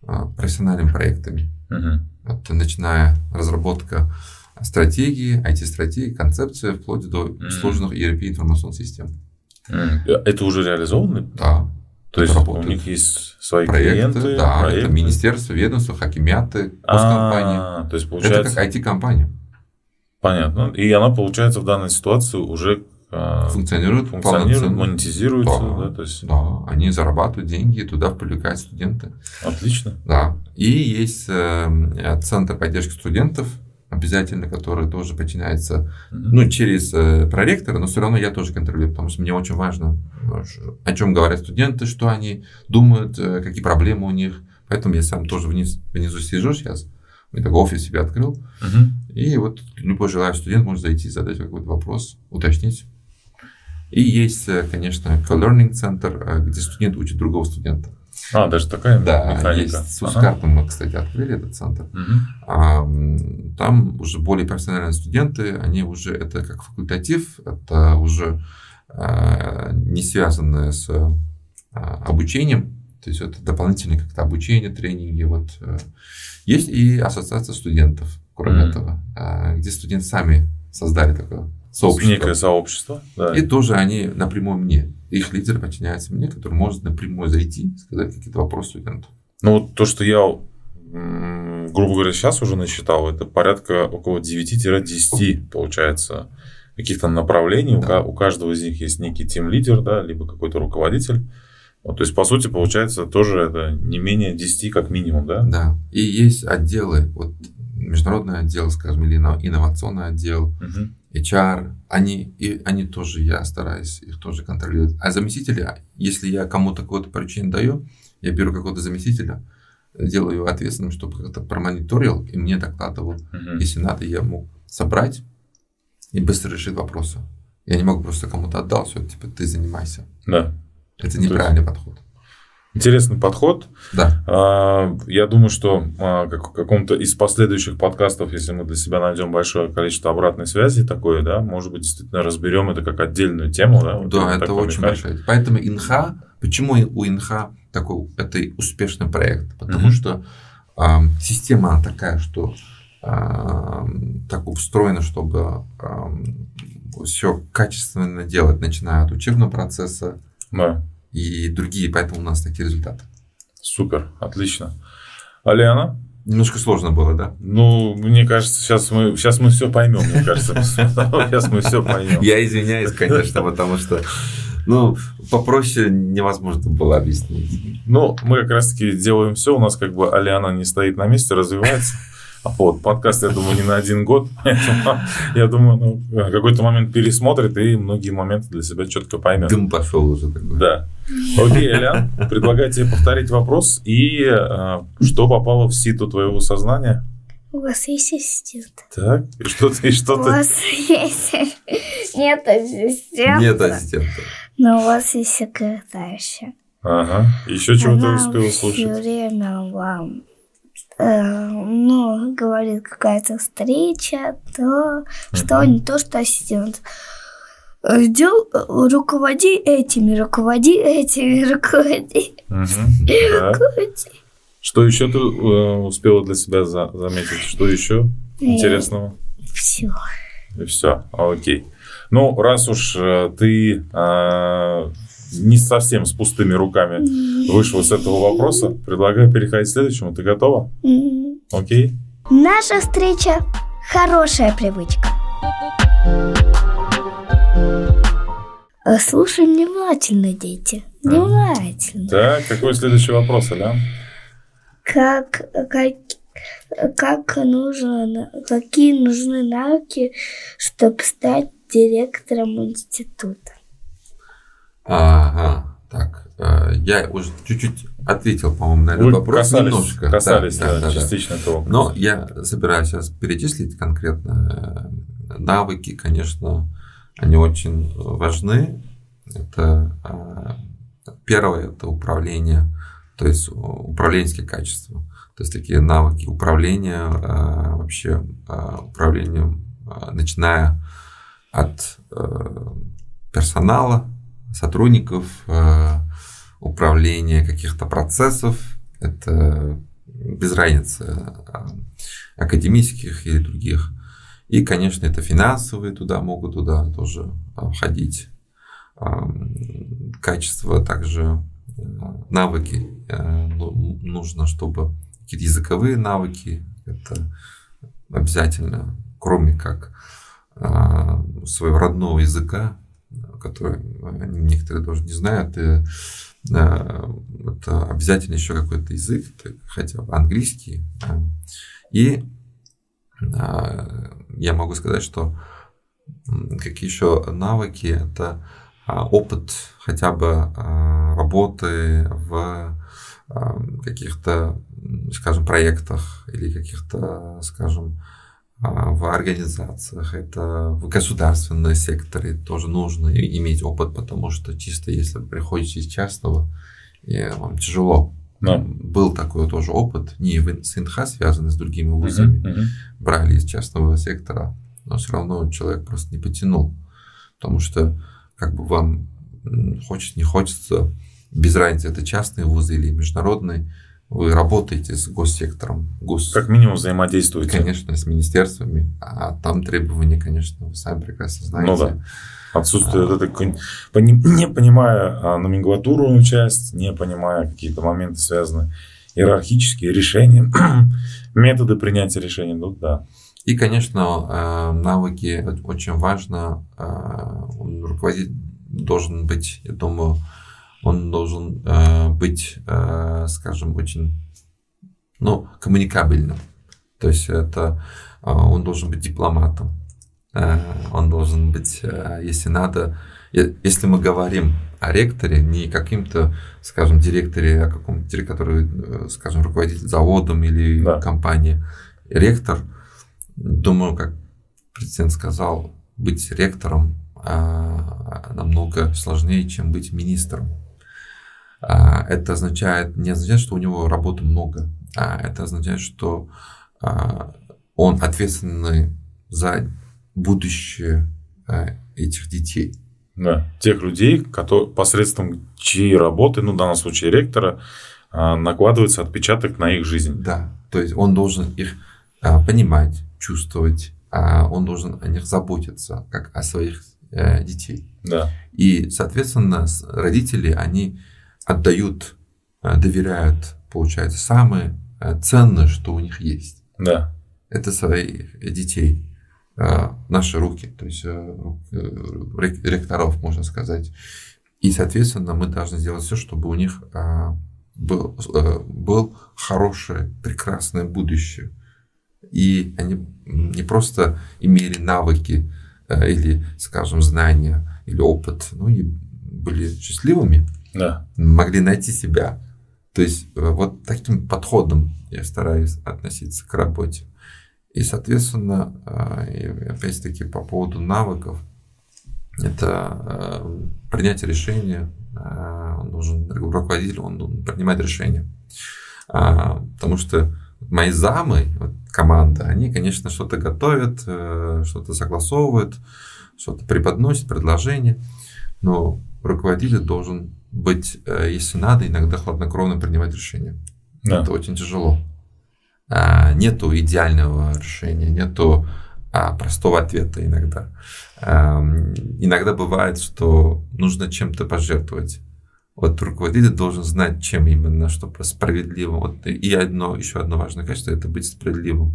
профессиональными проектами. Uh-huh. Это начиная разработка стратегии, ай ти-стратегии, концепции, вплоть до uh-huh. сложных и эр пи информационных систем. Uh-huh. Это уже реализовано? Да. То есть работает. У них есть свои проекты, клиенты? Да, проекты? Это министерство, ведомство, хакимяты, госкомпании. А, то есть получается... Это как ай ти-компания. Понятно. И она, получается, в данной ситуации уже функционирует, функционирует монетизируется. Да, да, то есть... да, они зарабатывают деньги, туда привлекают студенты. Отлично. Да. И есть э, центр поддержки студентов, обязательно, который тоже подчиняется, mm-hmm. ну, через э, проректора, но все равно я тоже контролирую, потому что мне очень важно, о чем говорят студенты, что они думают, э, какие проблемы у них. Поэтому я сам тоже вниз, внизу сижу сейчас. Я такой офис себе открыл. Uh-huh. И вот любой желающий студент может зайти, задать какой-то вопрос, уточнить. И есть, конечно, co-learning центр, где студент учит другого студента. А, даже такая да, механика. Есть. С Ускартом мы, кстати, открыли этот центр. Uh-huh. А, там уже более профессиональные студенты, они уже, это как факультатив, это уже а, не связанное с а, обучением. То есть это дополнительное как-то обучение, тренинги. Вот. Есть и ассоциация студентов, кроме mm-hmm. этого, где студенты сами создали такое сообщество. Некое сообщество. Да. И тоже они напрямую мне. Их лидер подчиняется мне, который может напрямую зайти, сказать какие-то вопросы студенту. Ну вот то, что я, грубо говоря, сейчас уже насчитал, это порядка около девять-десять, получается, каких-то направлений. Да. У каждого из них есть некий тим-лидер, да, либо какой-то руководитель. Вот, то есть, по сути, получается, тоже это не менее десяти, как минимум, да? Да. И есть отделы, вот международный отдел, скажем, или инновационный отдел, uh-huh. эйч ар, они, и они тоже, я стараюсь их тоже контролировать. А заместители, если я кому-то какое-то поручение даю, я беру какого-то заместителя, делаю его ответственным, чтобы как-то промониторил, и мне докладывал. Uh-huh. Если надо, я мог собрать и быстро решить вопросы. Я не могу просто кому-то отдал, все, типа, ты занимайся. Да. Это неправильный подход. Интересный подход. Да. Я думаю, что в каком-то из последующих подкастов, если мы для себя найдем большое количество обратной связи такое, да, может быть, действительно разберем это как отдельную тему. Да, да, вот это очень большая. Поэтому ИНХА, почему у ИНХА такой это успешный проект? Потому mm-hmm. что э, система она такая, что э, так устроена, чтобы э, все качественно делать, начиная от учебного процесса. Да. И другие, поэтому у нас такие результаты. Супер, отлично. Алиана? Немножко сложно было, да? Ну, мне кажется, сейчас мы, сейчас мы все поймем, мне кажется. Сейчас мы все поймем. Я извиняюсь, конечно, потому что, ну, попроще невозможно было объяснить. Ну, мы как раз-таки делаем все, у нас как бы Алиана не стоит на месте, развивается. Вот, подкаст, я думаю, не на один год. Я думаю, ну, в какой-то момент пересмотрит и многие моменты для себя четко поймет. Дым пошел уже такой. Да. Окей, Алян, предлагаю тебе повторить вопрос. И э, что попало в сито твоего сознания? У вас есть ассистент? Так, и что ты? И что у ты? вас есть... Нет ассистента. Нет ассистента. Но у вас есть секретарша. Ага. Еще чего ты успел услышать? Она все время вам... ну, говорит какая-то встреча, то что не то, что ассистент. Дел, руководи этими, руководи этими, руководи. руководи. Что еще ты э, успела для себя за, заметить? Что еще интересного? Все. И все, окей. Ну, раз уж э, ты э, не совсем с пустыми руками вышла с этого вопроса, предлагаю переходить к следующему. Ты готова? Окей. Наша встреча – хорошая привычка. Слушай внимательно, дети. Внимательно. Так, какой следующий вопрос, Аля? Как, как, как нужно, какие нужны навыки, чтобы стать директором института? Ага, так, я уже чуть-чуть ответил, по-моему, на этот Вы вопрос. Касались, немножко. касались, да, да, да, частично да. того. Но я собираюсь сейчас перечислить конкретно навыки, конечно, они очень важны. Это первое, это управление, то есть управленческие качества, то есть такие навыки управления, вообще управлением, начиная от персонала, сотрудников, управления каких-то процессов. Это без разницы академических или других. И, конечно, это финансовые туда могут туда тоже входить. Качество также навыки. Нужно, чтобы какие-то языковые навыки, это обязательно, кроме как своего родного языка, который некоторые тоже не знают, и это обязательно еще какой-то язык, хотя бы английский. И я могу сказать, что какие еще навыки, это опыт хотя бы работы в каких-то, скажем, проектах или каких-то, скажем, в организациях, это в государственном секторе тоже нужно иметь опыт, потому что чисто если вы приходите из частного, и вам тяжело. Да. Был такой тоже опыт, не с ин ха связанный с другими вузами, uh-huh, uh-huh. брали из частного сектора, но все равно человек просто не потянул, потому что как бы вам хочет, не хочется, без разницы, это частные вузы или международные, вы работаете с госсектором. Гос... Как минимум взаимодействуете. Конечно, с министерствами, а там требования, конечно, вы сами прекрасно знаете. Ну да. Отсутствие а... этой, не понимая номенклатурную часть, не понимая какие-то моменты, связанные иерархические решения, методы принятия решений, ну да. И, конечно, навыки очень важно. Руководитель должен быть, я думаю, он должен э, быть, э, скажем, очень, ну, коммуникабельным. То есть это э, он должен быть дипломатом. Э, он должен быть, э, если надо, если мы говорим о ректоре, не каким-то, скажем, директоре, а каком-то директоре, который, скажем, руководитель заводом или да. компанией. Ректор, думаю, как президент сказал, быть ректором э, намного сложнее, чем быть министром. Это означает, не означает, что у него работы много, а это означает, что он ответственный за будущее этих детей. Да, тех людей, которые, посредством чьей работы, ну в данном случае ректора, накладывается отпечаток на их жизнь. Да, то есть он должен их понимать, чувствовать, он должен о них заботиться, как о своих детей. Да. И, соответственно, родители, они отдают, доверяют, получается, самое ценное, что у них есть. Да. Это своих детей, наши руки, то есть ректоров, можно сказать. И, соответственно, мы должны сделать все, чтобы у них был, был хорошее, прекрасное будущее. И они не просто имели навыки или, скажем, знания или опыт, но и были счастливыми. Да. Могли найти себя. То есть вот таким подходом я стараюсь относиться к работе. И, соответственно, опять-таки по поводу навыков, это принятие решения, он должен, руководитель, он должен принимать решения. Потому что мои замы, команда, они, конечно, что-то готовят, что-то согласовывают, что-то преподносят, предложения, но руководитель должен быть, если надо, иногда хладнокровно принимать решения. Да. Это очень тяжело. Нету идеального решения, нету простого ответа иногда. Иногда бывает, что нужно чем-то пожертвовать. Вот руководитель должен знать, чем именно, чтобы справедливо. Вот и одно, еще одно важное качество – это быть справедливым.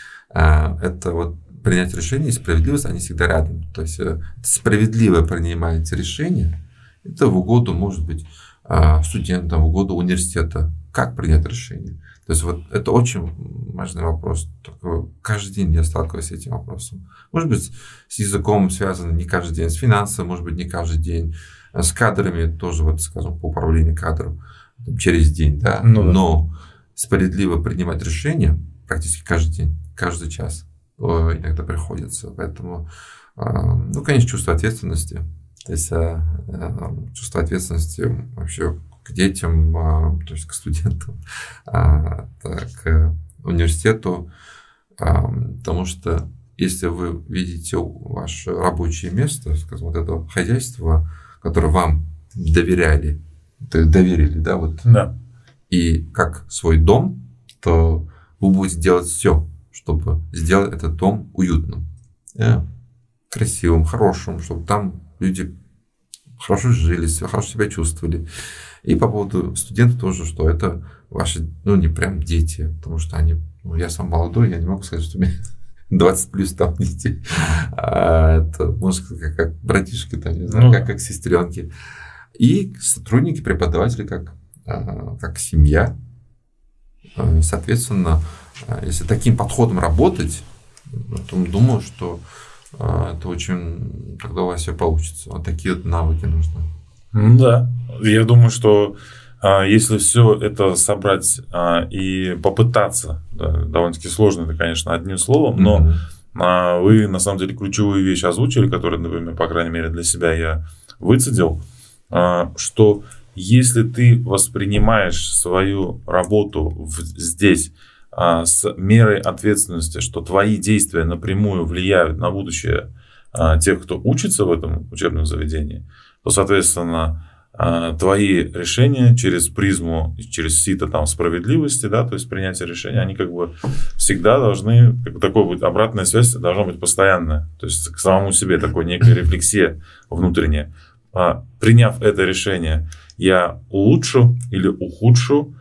Это вот принять решение и справедливость, они всегда рядом. То есть справедливо принимаете решение. Это в угоду, может быть, студентам, в угоду университета. Как принять решение? То есть вот это очень важный вопрос. Только каждый день я сталкиваюсь с этим вопросом. Может быть, с языком связано не каждый день, с финансами, может быть, не каждый день, с кадрами тоже, вот, скажем, по управлению кадров через день, да. Ну, да. Но справедливо принимать решения практически каждый день, каждый час иногда приходится. Поэтому, ну, конечно, чувство ответственности. То есть чувство ответственности вообще к детям, то есть к студентам, к университету, потому что если вы видите ваше рабочее место, скажем, вот это хозяйство, которое вам доверяли, доверили, да, вот, да. И как свой дом, что вы будете делать все, чтобы сделать этот дом уютным, да, красивым, хорошим, чтобы там люди хорошо жили, хорошо себя чувствовали. И по поводу студентов тоже, что это ваши, ну, не прям дети, потому что они, ну, я сам молодой, я не могу сказать, что у меня двадцать плюс там дети, а это, может, как, как братишки, там, не знаю, ну, как, как сестренки. И сотрудники, преподаватели, как, как семья. Соответственно, если таким подходом работать, то думаю, что это очень тогда у вас все получится. Вот такие вот навыки нужны. Да, я думаю, что а, если все это собрать а, и попытаться, да, довольно-таки сложно, это, конечно, одним словом, но mm-hmm. а, вы на самом деле ключевую вещь озвучили, которую, например, по крайней мере для себя я выцедил, а, что если ты воспринимаешь свою работу в, здесь а, с мерой ответственности, что твои действия напрямую влияют на будущее а, тех, кто учится в этом учебном заведении, то, соответственно, твои решения через призму, через сито там справедливости, да, то есть принятие решения, они как бы всегда должны, как бы такой быть, обратная связь должна быть постоянная, то есть к самому себе такой некая рефлексия внутренняя. Приняв это решение, я улучшу или ухудшу,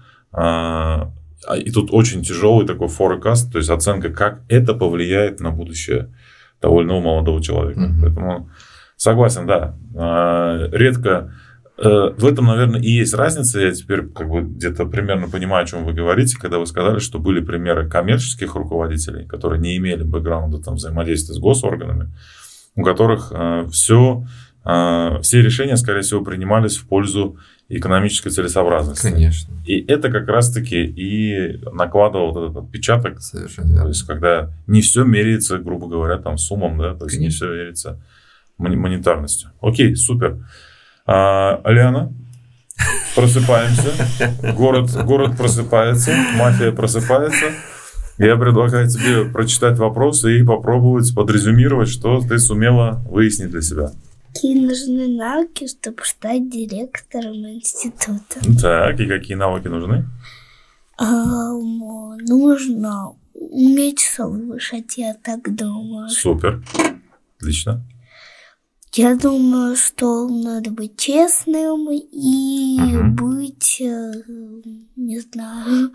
и тут очень тяжелый такой forecast, то есть оценка, как это повлияет на будущее того или иного молодого человека. Mm-hmm. Поэтому согласен, да. Редко в этом, наверное, и есть разница. Я теперь как бы где-то примерно понимаю, о чем вы говорите, когда вы сказали, что были примеры коммерческих руководителей, которые не имели бэкграунда там, взаимодействия с госорганами, у которых все, все решения, скорее всего, принимались в пользу экономической целесообразности. Конечно. И это как раз-таки и накладывал вот этот отпечаток. Совершенно. То есть, когда не все меряется, грубо говоря, там, с умом, да, то есть Конечно. Не все меряется монетарностью. Окей, супер. А, Алиана, просыпаемся. Город, город просыпается, мафия просыпается. Я предлагаю тебе прочитать вопросы и попробовать подрезюмировать, что ты сумела выяснить для себя. Какие нужны навыки, чтобы стать директором института? Так, и какие навыки нужны? А, нужно уметь слушать, я так думаю. Супер, отлично. Я думаю, что надо быть честным и угу. быть, не знаю,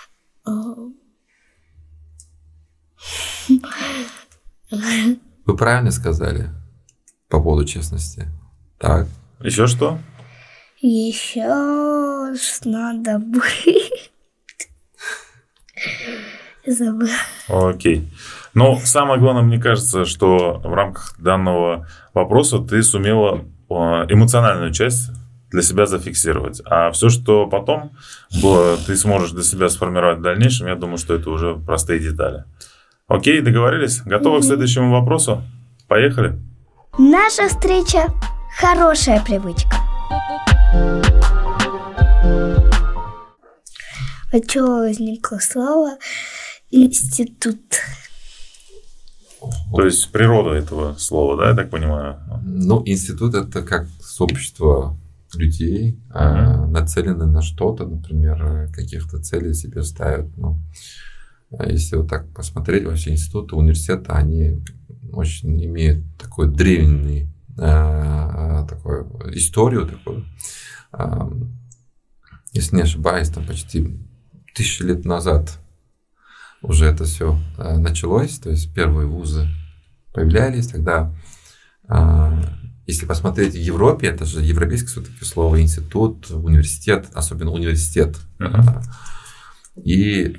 Вы правильно сказали по поводу честности. Так. Еще что? Еще надо быть. Забыл. Окей. Но самое главное, мне кажется, что в рамках данного вопроса ты сумела эмоциональную часть для себя зафиксировать. А все, что потом было, ты сможешь для себя сформировать в дальнейшем, я думаю, что это уже простые детали. Окей, договорились? Готовы mm-hmm. к следующему вопросу? Поехали. Наша встреча – хорошая привычка. А чего возникло слово «институт»? То есть природа этого слова, да, я так понимаю? Ну, институт – это как сообщество людей, uh-huh. нацелены на что-то, например, каких-то целей себе ставят. Ну, если вот так посмотреть, вообще институты, университеты, они очень имеют такой древний, такую историю, такую, если не ошибаюсь, там почти тысячи лет назад уже это все началось, то есть первые вузы появлялись, тогда, если посмотреть в Европе, это же европейское все-таки слово институт, университет, особенно университет. Uh-huh. И,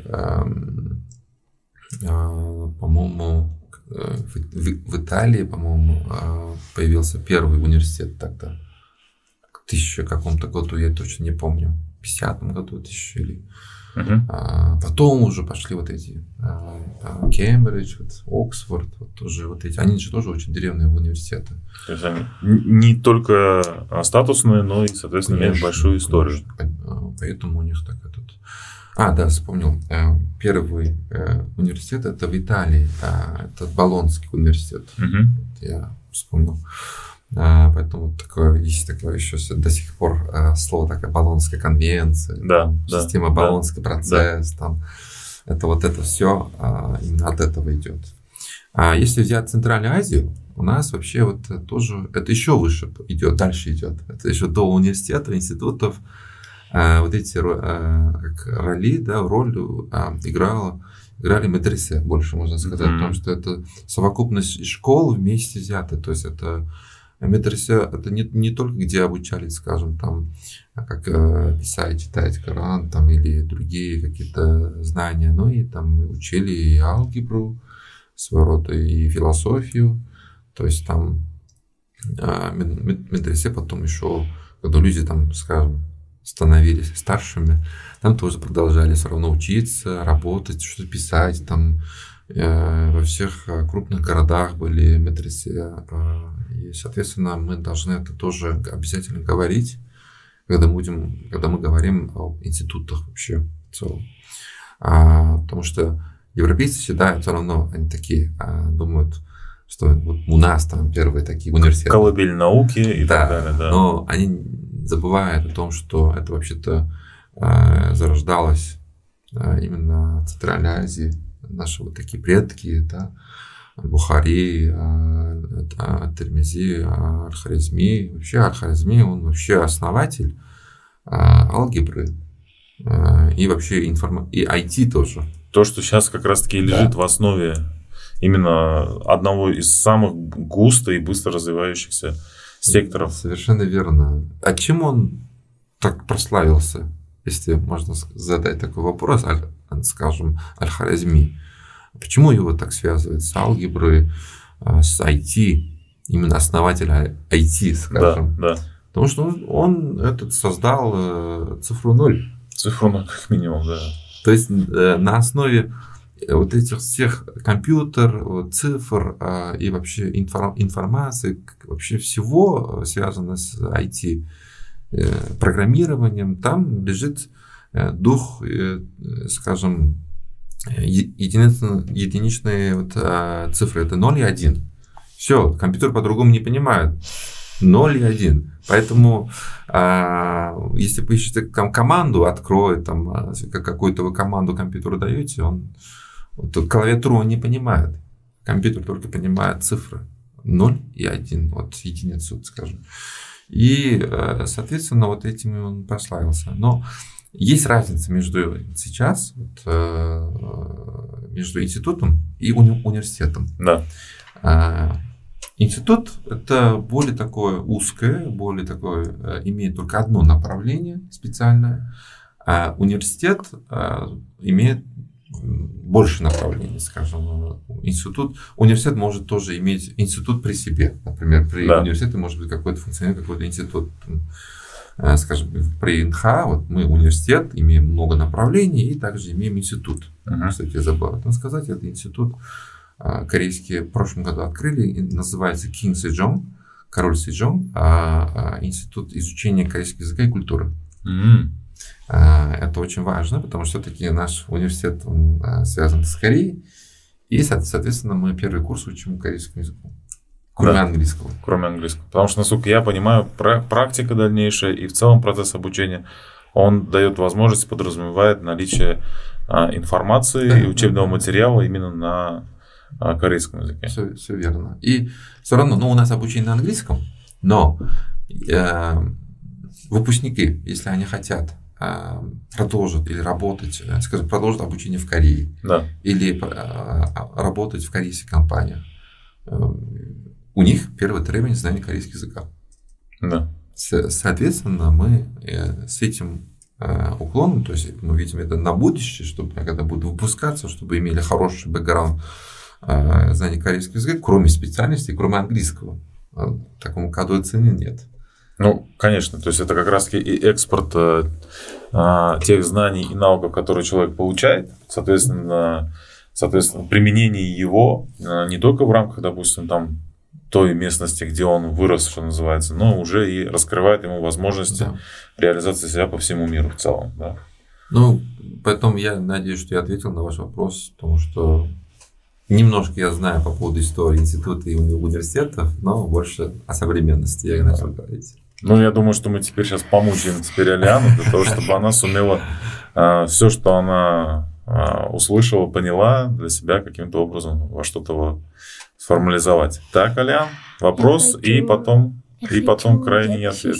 по-моему, в, в Италии, по-моему, появился первый университет тогда. В тысяча каком-то году, я точно не помню, в пятидесятом году тысячу или... Uh-huh. А, потом уже пошли вот эти а, Кембридж, вот, Оксфорд, вот тоже вот эти, они же тоже очень древние университеты. То есть они не только статусные, но и, соответственно, имеют большую историю. Конечно. Поэтому у них так этот... А, да, вспомнил. Первый университет это в Италии, это Болонский университет. Uh-huh. Я вспомнил. А, поэтому вот такое, есть такое еще до сих пор а, слово такая Болонская конвенция, да, там, да, система да, Болонский процесс, да. там это вот это все именно от этого идет. А если взять Центральную Азию, у нас вообще вот тоже, это еще выше идет, дальше идет. Это еще до университетов, институтов. Вот эти как роли, да, роль играла, играли медресе, больше можно сказать, mm-hmm. потому что это совокупность школ вместе взяты. То есть это медресе, это не, не только где обучались, скажем, там, как писать, читать Коран, там, или другие какие-то знания, но и там учили и алгебру, своего рода, и философию. То есть там медресе потом еще, когда люди там, скажем, становились старшими, там тоже продолжали все равно учиться, работать, что-то писать. Там э, во всех крупных городах были медресе. Э, и, соответственно, мы должны это тоже обязательно говорить, когда мы, будем, когда мы говорим о институтах вообще в целом. А, потому что европейцы всегда все равно, они такие, а, думают, что вот у нас там первые такие университеты. Колыбель науки и да, так далее. Да. Но они забывают о том, что это вообще-то э, зарождалось э, именно в Центральной Азии. Наши вот такие предки, да, Бухари, э, Тирмизи, Аль-Хорезми. Вообще Аль-Хорезми, он вообще основатель э, алгебры э, и вообще информ... и ай ти тоже. То, что сейчас как раз-таки лежит да. в основе именно одного из самых густо и быстро развивающихся секторов. Совершенно верно. А чем он так прославился, если можно задать такой вопрос, скажем, Аль-Хорезми? Почему его так связывают с алгеброй, с ай ти, именно основатель ай ти, скажем? Да, да. Потому что он, он этот создал цифру ноль. Цифру ноль, как минимум, да. То есть на основе вот этих всех компьютер, цифр и вообще информации, вообще всего связано с ай ти программированием, там лежит дух, скажем, единичные, единичные вот цифры, это ноль и один. Все, компьютер по-другому не понимает. ноль и один. Поэтому, если поищете команду, откроет, там, какую-то вы команду компьютеру даете, он вот, клавиатуру он не понимает. Компьютер только понимает цифры. ноль и один. Вот единицу, скажем. И, соответственно, вот этим он прославился. Но есть разница между сейчас, вот, между институтом и уни- университетом. Да. Институт – это более такое узкое, более такое, имеет только одно направление специальное, а университет имеет больше направлений, скажем. Институт, университет может тоже иметь институт при себе. Например, при да. университете может быть какой-то функционер, какой-то институт. Скажем, при эн ха, вот мы университет, имеем много направлений и также имеем институт. Uh-huh. Кстати, я забыл об этом сказать, это институт корейский в прошлом году открыли, называется King Sejong, король Сejong, институт изучения корейского языка и культуры. Mm-hmm. Это очень важно, потому что все-таки наш университет он связан с Кореей, и, соответственно, мы первый курс учим корейскому языку, кроме да, английского. Кроме английского. Потому что, насколько я понимаю, практика дальнейшая и в целом процесс обучения, он дает возможность, подразумевает наличие информации да, и учебного да, материала именно на корейском языке. Все, все верно. И все равно, ну, у нас обучение на английском, но э, выпускники, если они хотят э, продолжить или работать, скажем, продолжить обучение в Корее, да. или э, работать в корейских компаниях, э, у них первое требование знания корейского языка. Да. С, соответственно, мы э, с этим э, уклоном, то есть мы видим это на будущее, чтобы когда будут выпускаться, чтобы имели хороший бэкграунд знание корейского языка, кроме специальности, кроме английского. Такому кодовой цены нет. Ну, конечно, то есть это как раз-таки и экспорт а, тех знаний и навыков, которые человек получает, соответственно, соответственно, применение его а, не только в рамках, допустим, там, той местности, где он вырос, что называется, но уже и раскрывает ему возможности да. реализации себя по всему миру в целом. Да. Ну, поэтому я надеюсь, что я ответил на ваш вопрос, потому что немножко я знаю по поводу истории института и университетов, но больше о современности я начал говорить. Ну, я думаю, что мы теперь сейчас помучаем теперь Алиану для того, чтобы она сумела э, все, что она услышала, поняла для себя каким-то образом во что-то сформализовать. Так, Алян, вопрос хочу, и потом, и потом крайний ответ.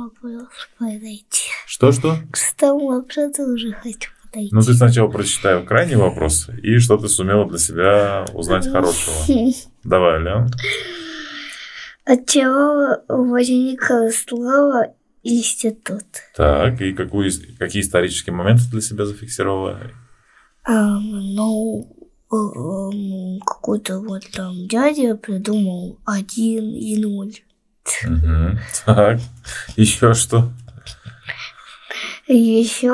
Что-что? К тому вопросу уже хочу подойти. Ну, ты сначала прочитай крайний вопрос и что ты сумела для себя узнать хорошего. Давай, Алян. От чего возникло слово «институт»? Так, и какую, какие исторические моменты для себя зафиксировала? А, ну, какой-то вот там дядя придумал один и ноль. Угу. Так, еще что? Еще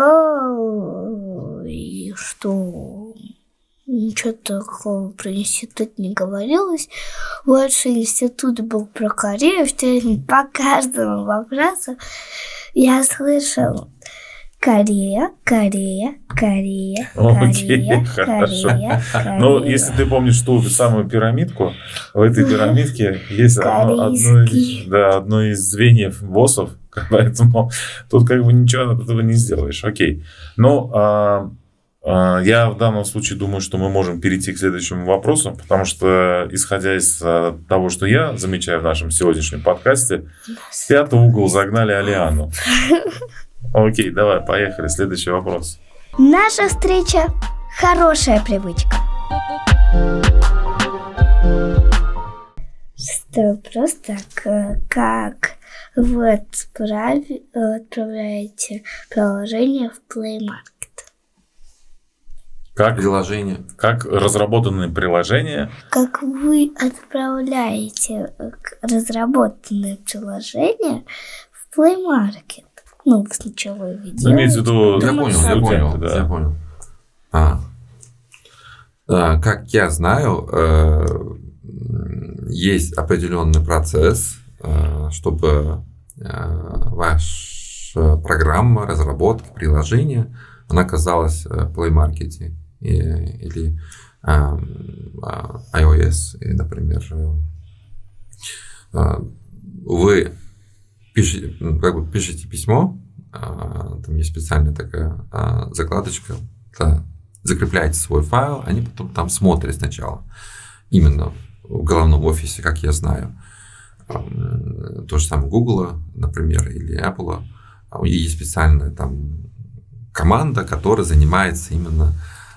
и что... Ничего такого про институт не говорилось. Лучший институт был про Корею. По каждому вопросу я слышал Корея, Корея, Корея, Окей, Корея, Корея, Корея. Ну, если ты помнишь ту самую пирамидку, в этой пирамидке есть одно, одно, из, да, одно из звеньев боссов, поэтому тут как бы ничего от этого не сделаешь. Окей. Ну, а... Я в данном случае думаю, что мы можем перейти к следующему вопросу, потому что, исходя из того, что я замечаю в нашем сегодняшнем подкасте, в пятый угол загнали Алиану. Окей, давай, поехали. Следующий вопрос. Наша встреча – хорошая привычка. Что просто как вы отправляете приложение в Play Market? Как приложение. Как разработанные приложения. Как вы отправляете разработанные приложения в Play Market? Ну, сначала вы делаете. Имеется в виду... Я понял, я понял, да. я понял. А. А, как я знаю, э, есть определенный процесс, э, чтобы э, ваша программа разработки приложения, она оказалась в Play Market. Или а, а, iOS, например, а, вы пишете, как бы пишете письмо, а, там есть специальная такая а, закладочка, да, закрепляете свой файл, они потом там смотрят сначала, именно в головном офисе, как я знаю. А, то же самое Google, например, или Apple, и есть специальная там команда, которая занимается именно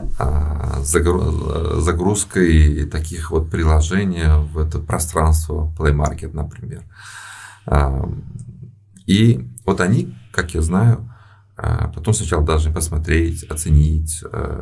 загрузкой таких вот приложений в это пространство Play Market, например. И вот они, как я знаю, потом сначала должны посмотреть, оценить,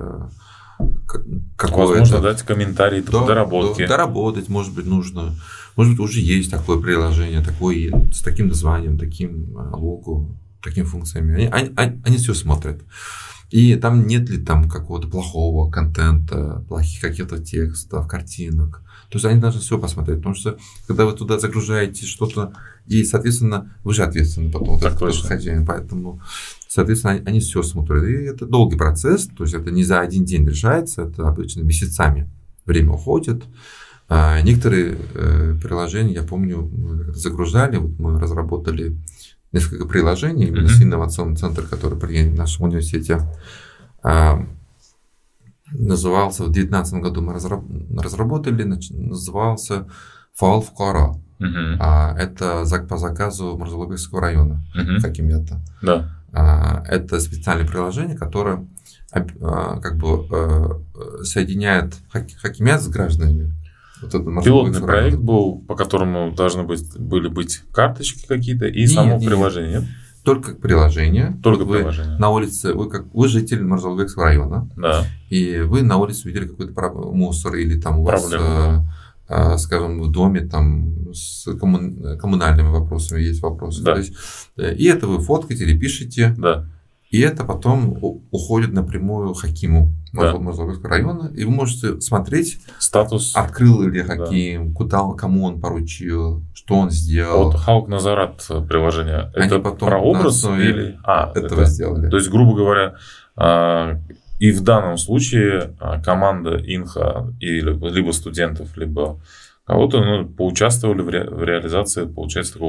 какое возможно, это... дать комментарий, да, доработки. Да, доработать, может быть, нужно. Может быть, уже есть такое приложение, такое, с таким названием, таким лого, такими функциями. Они, они, они все смотрят. И там нет ли там какого-то плохого контента, плохих каких-то текстов, картинок. То есть они должны все посмотреть. Потому что когда вы туда загружаете что-то, и, соответственно, вы же ответственны потом, так как хозяин. Поэтому, соответственно, они, они все смотрят. И это долгий процесс. То есть это не за один день решается, это обычно месяцами время уходит. А некоторые э, приложения, я помню, мы загружали, вот мы разработали несколько приложений, именно mm-hmm. инновационный центр, который при нашем университете а, назывался, в две тысячи девятнадцатом году мы разработали, назывался Фаул в Кора. Mm-hmm. А, это по заказу Мурзалбекского района, mm-hmm. Хакимията. Да. А, это специальное приложение, которое а, как бы а, соединяет Хакимият с гражданами. Вот пилотный проект был, по которому должны быть, были быть карточки какие-то и нет, само нет, приложение, нет? Только приложение. Только вы приложение. На улице, вы, как, вы житель Мурзалбекского района, да. И вы на улице увидели какой-то мусор или там у вас, э, э, скажем, в доме там с коммун, коммунальными вопросами есть вопросы. Да. То есть, э, и это вы фоткаете или пишете. Да. И это потом уходит напрямую Хакиму да. Мурзалбекского района, и вы можете смотреть статус, открыл ли Хаким, да. Куда, кому он поручил, что он сделал. Вот Хаук Назарат приложение. Они это потом про образ или а, этого это, сделали. То есть, грубо говоря, и в данном случае команда Инха и либо студентов, либо кого-то ну, поучаствовали в, ре, в реализации, получается, такого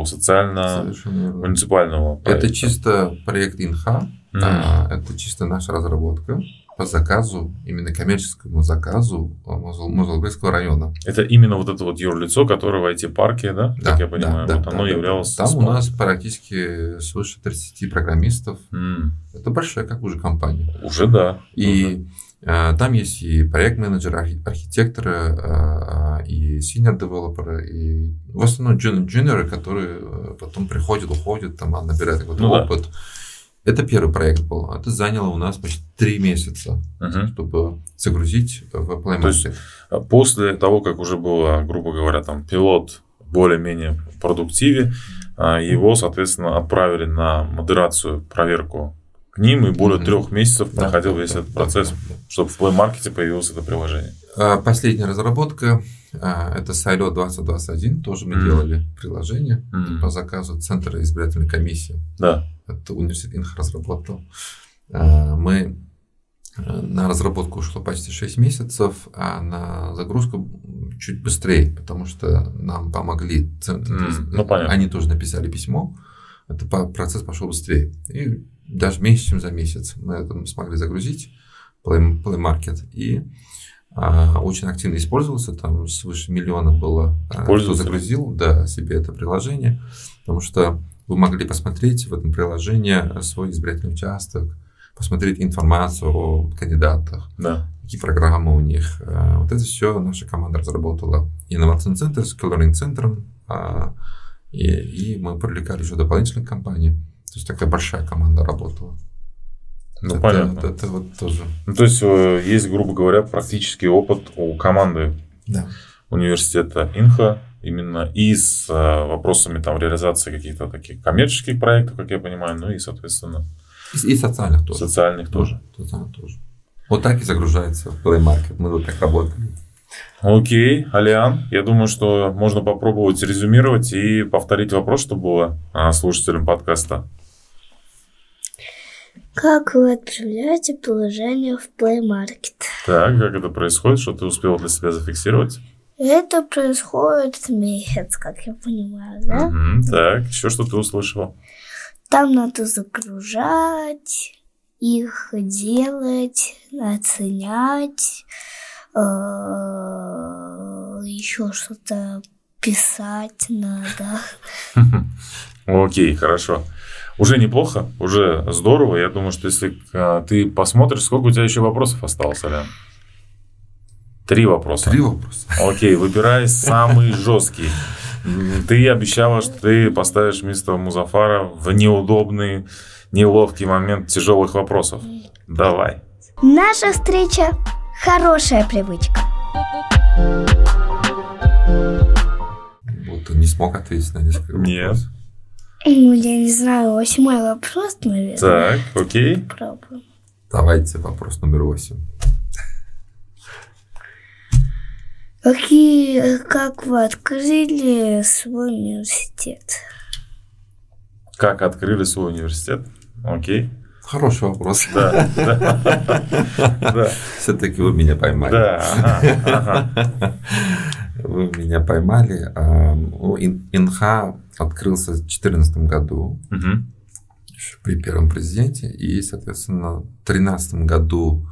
социально-муниципального проекта. Это чисто проект Инха, mm. а, это чисто наша разработка. по заказу, именно коммерческому заказу Музылбекского района. Это именно вот это вот юрлицо, которое в ай ти-парке, да? Да, как я понимаю, да, вот да, оно да, являлось... Там у нас практически свыше тридцати программистов. Mm. Это большая, как уже, компания. Уже да. И уже. А, там есть и проект-менеджеры, архитекторы, а, и senior-девелоперы, и в основном джуниоры, которые потом приходят, уходят, там, набирают какой-то ну, опыт. Да. Это первый проект был. Это заняло у нас почти три месяца, uh-huh. чтобы загрузить в Play Market. То есть после того, как уже было, грубо говоря, там пилот более-менее продуктиве, его, соответственно, отправили на модерацию, проверку к ним, и более mm-hmm. трех месяцев да, проходил да, весь да, этот да, процесс, да, да. чтобы в Play Market появилось это приложение. Последняя разработка это Silo двадцать двадцать один, тоже мы mm-hmm. делали приложение mm-hmm. по заказу Центра избирательной комиссии. Да. Это университет Инха разработал. Мы на разработку ушло почти шесть месяцев, а на загрузку чуть быстрее, потому что нам помогли. Mm-hmm. Ну, они тоже написали письмо, это процесс пошел быстрее. И даже меньше, чем за месяц мы это смогли загрузить, Play, Play Market, и а, очень активно использовался, там свыше миллиона было, кто загрузил да, себе это приложение, потому что вы могли посмотреть в этом приложении свой избирательный участок, посмотреть информацию о кандидатах, да. какие программы у них. Вот это все наша команда разработала. Инновационный центр с Coloring центром, и, и мы привлекали еще дополнительные компании. То есть такая большая команда работала. Ну, это, понятно. Это, это вот тоже. Ну, то есть есть, грубо говоря, практический опыт у команды да. университета Инха именно и с вопросами там, реализации каких-то таких коммерческих проектов, как я понимаю, ну и, соответственно... И, и социальных тоже. Социальных тоже. Да, социальных тоже. Вот так и загружается в Play Market. Мы вот так работали. Окей, Алиан, я думаю, что можно попробовать резюмировать и повторить вопрос, что было слушателям подкаста. Как вы отправляете приложение в Play Market? Так, как это происходит? Что ты успел для себя зафиксировать? Это происходит месяц, как я понимаю, да? Угу, так, еще что ты услышала? Там надо загружать, их делать, оценять, еще что-то писать надо. Окей, хорошо. Уже неплохо, уже здорово. Я думаю, что если ты посмотришь, сколько у тебя еще вопросов осталось, Алян? Три вопроса. Три вопроса. Окей, выбирай самый жесткий. Ты обещала, что ты поставишь мистера Музафара в неудобный, неловкий момент тяжелых вопросов. Давай. Наша встреча – хорошая привычка. Вот не смог ответить на несколько вопросов. Нет. Ну, я не знаю, восьмой вопрос, наверное. Так, окей. Попробуем. Давайте вопрос номер восемь. Какие, как вы открыли свой университет? Как открыли свой университет? Окей. Хороший вопрос. Да, да. Все-таки вы меня поймали. Да, ага. Вы меня поймали. Инха открылся в две тысячи четырнадцатом году еще при первом президенте. И, соответственно, в две тысячи тринадцатом году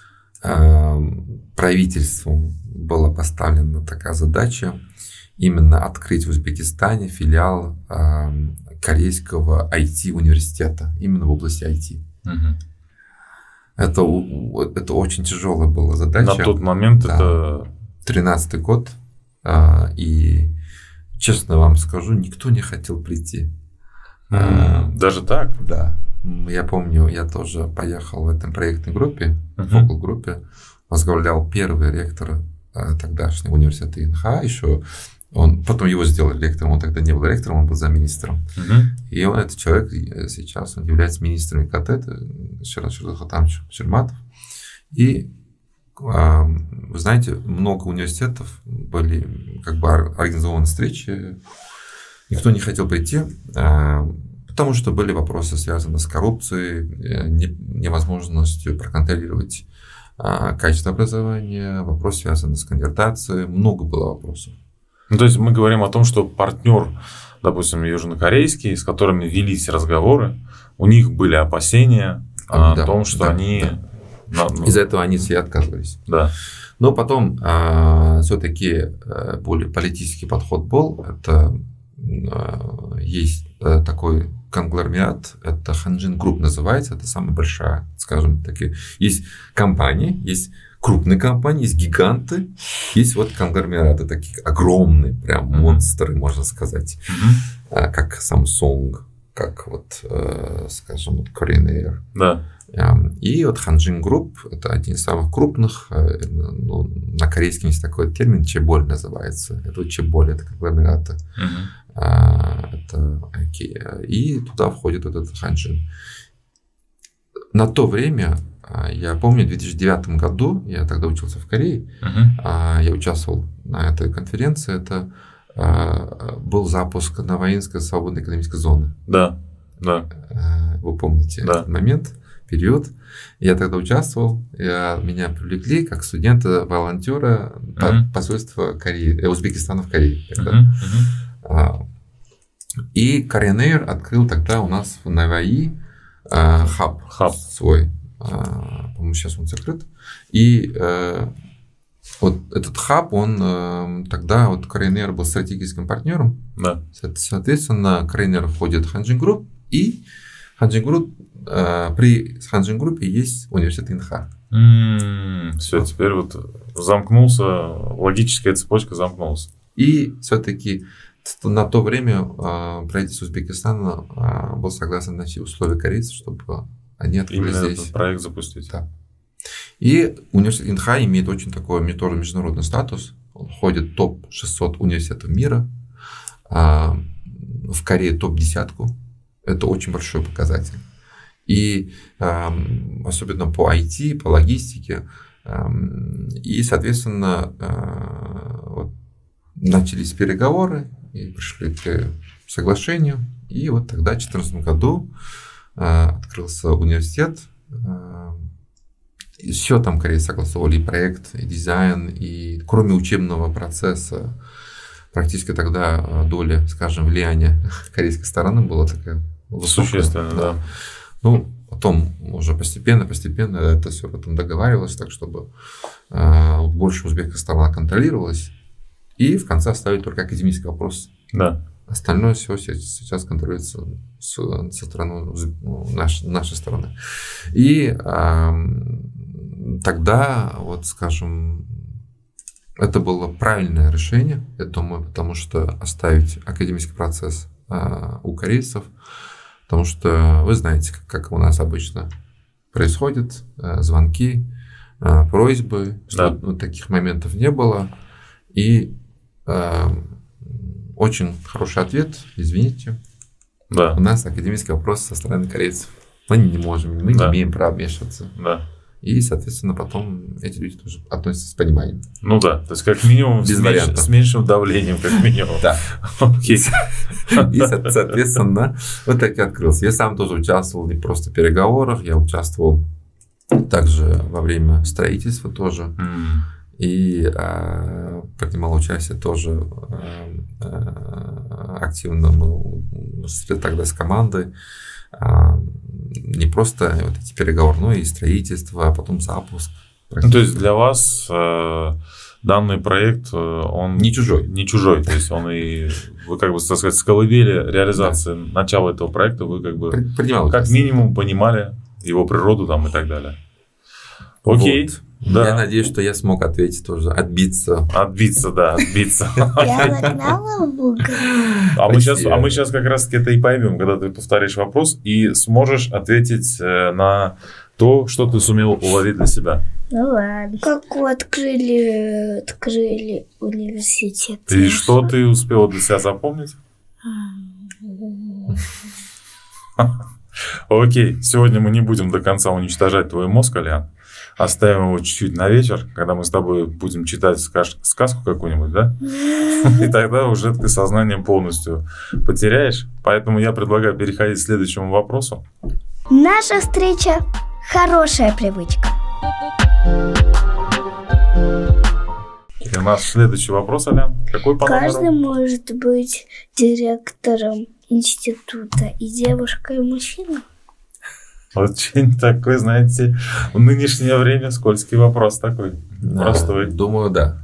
правительством была поставлена такая задача именно открыть в Узбекистане филиал э, корейского ай ти-университета, именно в области ай ти. Угу. Это, это очень тяжелая была задача. На тот момент да. это... тринадцатый год. Э, и, честно вам скажу, никто не хотел прийти. Mm, э, даже так? Да. Я помню, я тоже поехал в этой проектной группе, в фокус группе, возглавлял первый ректор э, тогдашнего университета Инха, еще он, потом его сделали ректором, он тогда не был ректором, он был замминистром. Uh-huh. И он, этот человек сейчас он является министром ИКТ, это Шерхатам Шерматов. И э, вы знаете, много университетов были как бы организованы встречи, никто не хотел прийти, э, потому что были вопросы, связанные с коррупцией, невозможностью проконтролировать качество образования, вопрос, связанный с конвертацией, много было вопросов. Ну, то есть мы говорим о том, что партнер, допустим, южнокорейский, с которыми велись разговоры, у них были опасения да, о том, что да, они да. На, ну, из-за этого они все отказывались. Да. Но потом э, все-таки э, более политический подход был. Это э, есть э, такой конгломерат, это Hanjin Group называется, это самая большая, скажем так. Есть компании, есть крупные компании, есть гиганты, есть вот конгломераты такие огромные, прям монстры, можно сказать, mm-hmm. как Samsung, как вот, скажем, вот Korean Air. Да. И вот Hanjin Group, это один из самых крупных, ну, на корейском есть такой термин, чеболь называется. Это вот чеболь, это конгломераты. Mm-hmm. Это, okay. И туда входит вот этот Hanjin. На то время, я помню, в две тысячи девятом году, я тогда учился в Корее, uh-huh. я участвовал на этой конференции, это был запуск Новоинской свободной экономической зоны. Да, да. Вы помните да. этот момент, период. Я тогда участвовал, я, меня привлекли как студента-волонтера uh-huh. посольства Кореи, Узбекистана в Корее. Uh-huh. Uh-huh. И Korean Air открыл тогда у нас в Наваи хаб, хаб свой. По-моему, сейчас он закрыт. И э, вот этот хаб, он э, тогда, вот Korean Air был стратегическим партнером. Да. Соответственно, Korean Air входит в Hanjin Group. И Hanjin Group, э, при Hanjin Group есть университет Инха. Mm, все, вот. Теперь вот замкнулся, логическая цепочка замкнулась. И все-таки на то время э, правительство Узбекистана э, было согласно на все условия корейцев, чтобы они открыли именно здесь этот проект запустить. Да. И университет Инха имеет очень такой тоже международный статус. Он входит в топ шестьсот университетов мира. А в Корее топ десятку. Это очень большой показатель. И а, особенно по ай ти, по логистике. А, и, соответственно, а, вот, начались переговоры и пришли к соглашению. И вот тогда, в две тысячи четырнадцатом году, открылся университет. И все там Корея согласовали, и проект, и дизайн, и кроме учебного процесса, практически тогда доля, скажем, влияния корейской стороны была такая высокая. Существенная, да. да. Ну, потом уже постепенно, постепенно это все потом договаривалось, так чтобы э, больше узбекская сторона контролировалась, и в конце оставили только академический вопрос. Да. Остальное все сейчас контролируется со стороны нашей, нашей стороны. И э, тогда, вот скажем, это было правильное решение, я думаю, потому что оставить академический процесс э, у корейцев, потому что вы знаете, как, как у нас обычно происходит, э, звонки, э, просьбы, что да. вот таких моментов не было. И э, очень хороший ответ, извините. Да. У нас академический вопрос со стороны корейцев. Мы не можем, мы да. не имеем права вмешиваться. Да. И, соответственно, потом эти люди тоже относятся с пониманием. Ну да, то есть как минимум с, меньш... с меньшим давлением, как минимум. Да. И, соответственно, вот так и открылся. Я сам тоже участвовал не просто в переговорах, я участвовал также во время строительства тоже. И э, принимал участие тоже э, э, активно мы тогда с командой. Э, не просто вот эти переговоры, но и строительство, а потом запуск. Ну, то есть для вас э, данный проект, он не чужой. Не чужой. То есть он и вы как бы, так сказать, с колыбели реализации да. начала этого проекта вы как бы принимал как участие. минимум понимали его природу там и так далее. Окей. Вот. Да. Я надеюсь, что я смог ответить тоже, отбиться. Отбиться, да, отбиться. Я загнала Бога. А мы сейчас, а мы сейчас как раз-таки это и поймем, когда ты повторишь вопрос и сможешь ответить на то, что ты сумел уловить для себя. Ну ладно. Как вы открыли, открыли университет? И что ты успела для себя запомнить? Окей, сегодня мы не будем до конца уничтожать твой мозг, Алиан. Оставим его чуть-чуть на вечер, когда мы с тобой будем читать скаж- сказку какую-нибудь, да? И тогда уже ты сознанием полностью потеряешь. Поэтому я предлагаю переходить к следующему вопросу. Наша встреча – хорошая привычка. И у нас следующий вопрос, Алян. Какой по номеру? Каждый может быть директором института, и девушка, и мужчина. Очень такой, знаете, в нынешнее время скользкий вопрос такой, простой. Думаю, да.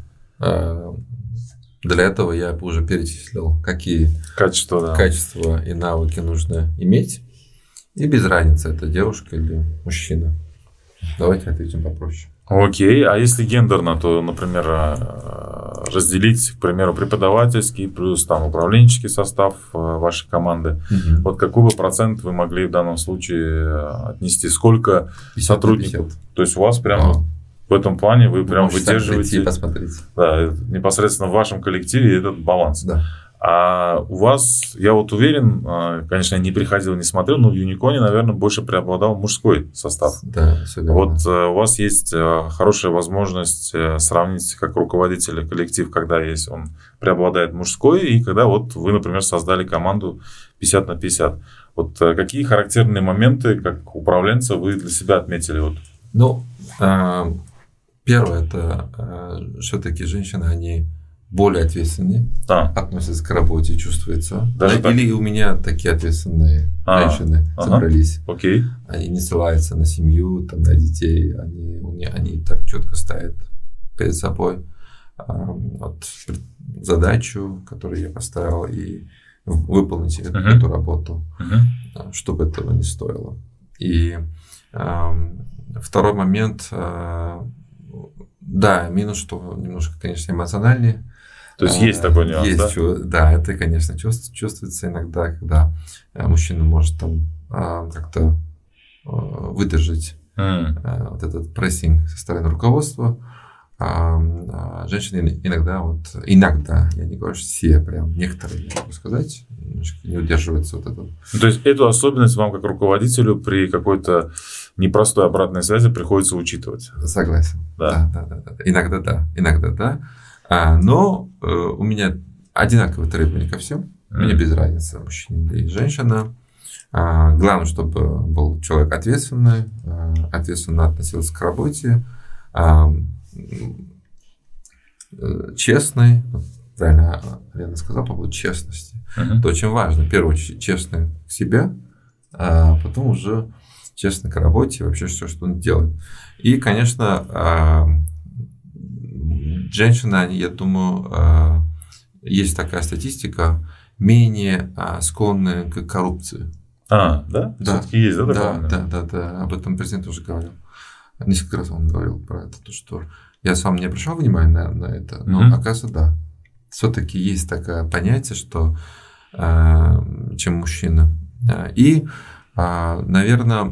Для этого я уже перечислил, какие качества, да. качества и навыки нужно иметь. И без разницы, это девушка или мужчина. Давайте ответим попроще. Окей, а если гендерно, то, например, разделить, к примеру, преподавательский плюс там управленческий состав вашей команды. Угу. Вот какой бы процент вы могли в данном случае отнести? Сколько сотрудников? То есть у вас прямо а. в этом плане вы, вы прям выдерживаете, да, непосредственно в вашем коллективе этот баланс. Да. А у вас, я вот уверен, конечно, я не приходил, не смотрел, но в Юниконе, наверное, больше преобладал мужской состав. Да, вот у вас есть хорошая возможность сравнить как руководителя коллектив, когда есть он преобладает мужской, и когда вот вы, например, создали команду пятьдесят на пятьдесят. Вот какие характерные моменты, как управленца, вы для себя отметили? Вот? Ну, первое, это все-таки женщины, они более ответственные, а. относятся к работе, чувствуется. Даже Или так? У меня такие ответственные а. женщины ага. собрались. Окей. Они не ссылаются на семью, там, на детей. Они, они так четко ставят перед собой а, вот, задачу, которую я поставил, и выполнить uh-huh. эту, эту работу, uh-huh. чтобы этого не стоило. И а, второй момент, а, да, минус, что немножко, конечно, эмоциональнее. То есть есть такой нюанс, есть, да? Чу- да, это, конечно, чувств- чувствуется иногда, когда мужчина может там а, как-то а, выдержать mm. а, вот этот прессинг со стороны руководства. А, а женщины иногда, вот, иногда, я не говорю, что все, прям некоторые, я могу сказать, немножко не удерживаются вот этого. Ну, то есть эту особенность вам, как руководителю, при какой-то непростой обратной связи приходится учитывать? Согласен. Да, да, да, да, да. Иногда да, иногда да. А, но э, у меня одинаковые требования ко всем. Mm. Мне без разницы, мужчина или женщина. А, главное, чтобы был человек ответственный, а, ответственно относился к работе, а, честный. Правильно Лена сказала по поводу честности. Mm-hmm. Это очень важно. В первую очередь, честный к себе, а потом уже честный к работе, вообще все, что он делает. И, конечно, женщины, я думаю, есть такая статистика, менее склонны к коррупции. А, да? Да. Все-таки есть, да, да, да, да, да. Об этом президент уже говорил. Несколько раз он говорил про это, то, что я сам не обращал внимания на, на это, но, mm-hmm. оказывается, да. Все-таки есть такое понятие, что э, чем мужчина. И, э, наверное,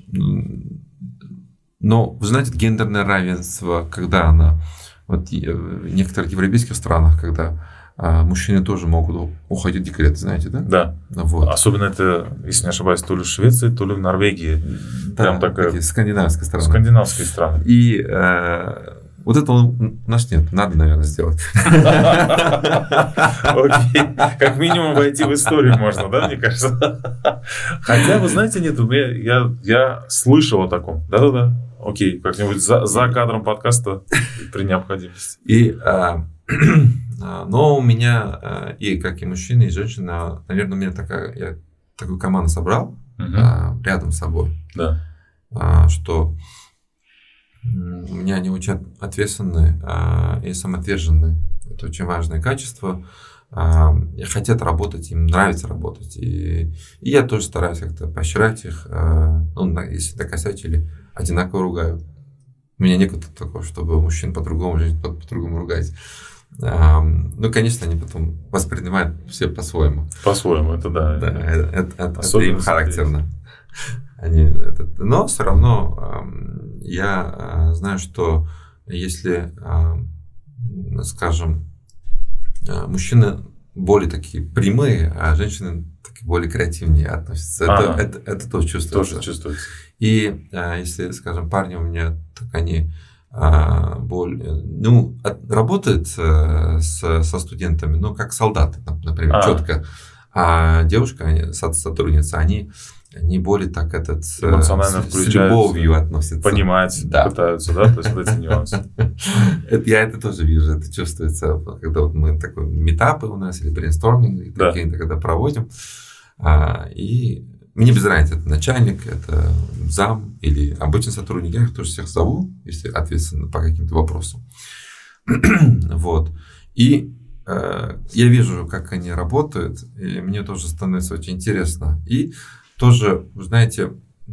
но, вы знаете, гендерное равенство, когда она, вот в некоторых европейских странах, когда а, мужчины тоже могут уходить в декрет, знаете, да? Да. Вот. Особенно это, если не ошибаюсь, то ли в Швеции, то ли в Норвегии. Да, прям такая скандинавская страна. Скандинавские страны. И э, вот этого у нас нет, надо, наверное, сделать. Окей. Как минимум войти в историю можно, да, мне кажется? Хотя, вы знаете, нет, я, я слышал о таком. Да-да-да. Окей, как-нибудь за, за кадром подкаста при необходимости. И, а, но у меня, и как и мужчина, и женщина, наверное, у меня такая, я такую команду собрал uh-huh. а, рядом с собой, да. а, что у меня они очень ответственные а, и самоотверженные. Это очень важное качество. А, хотят работать, им нравится работать. И, и я тоже стараюсь как-то поощрять их. А, ну, если это касатели, одинаково ругаю. У меня нет такого, чтобы мужчин по-другому, женщин по-другому ругать. А, ну, конечно, они потом воспринимают все по-своему. По-своему, это да. Да, это, это, это, это им характерно. Они, это, но все равно а, я а, знаю, что если, а, скажем, мужчины более такие прямые, а женщины такие более креативнее относятся. Это, ага. это, это тоже чувствуется. Тоже чувствуется. И а, если, скажем, парни у меня, так они а, более, ну, от, работают а, с, со студентами, ну, как солдаты, например, а. четко. А девушка, они, сотрудница, они, они более так этот, эмоционально с, с любовью относятся. Понимать, да. Пытаются, да, то есть вот эти нюансы. Я это тоже вижу, это чувствуется, когда вот мы такой метапы у нас или брейнсторминг, когда проводим. И мне без разницы, это начальник, это зам или обычный сотрудник, я их тоже всех зову, если ответственно по каким-то вопросам. Вот. И э, я вижу, как они работают, и мне тоже становится очень интересно. И тоже, вы знаете,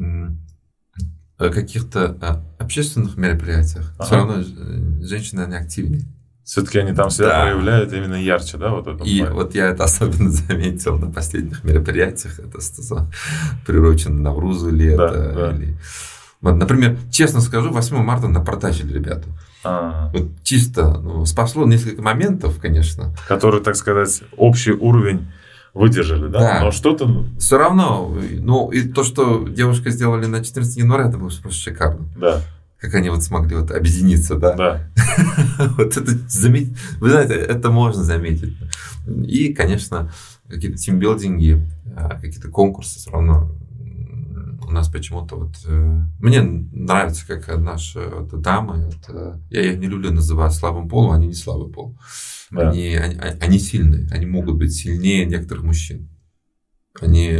в каких-то общественных мероприятиях ага. все равно женщины, они активнее. Все-таки они там себя да. проявляют именно ярче, да? Вот и плане. Вот я это особенно заметил на последних мероприятиях. Это приурочено Наврузу лето. Да, да. Или... Вот, например, честно скажу, восьмого марта напортачили ребята. А-а-а. Вот чисто ну, спасло несколько моментов, конечно. Которые, так сказать, общий уровень выдержали, да? да. Но что-то... Все равно. Ну, и то, что девушка сделали на четырнадцатого января, это было просто шикарно. Да. Как они вот смогли вот объединиться, да? Да. Вот это заметить, вы знаете, это можно заметить. И, конечно, какие-то тимбилдинги, какие-то конкурсы все равно у нас почему-то вот... Мне нравится, как наши вот, дамы, вот, я их не люблю называть слабым полом, они не слабый пол. Да. Они, они, они сильные, они могут быть сильнее некоторых мужчин. Они,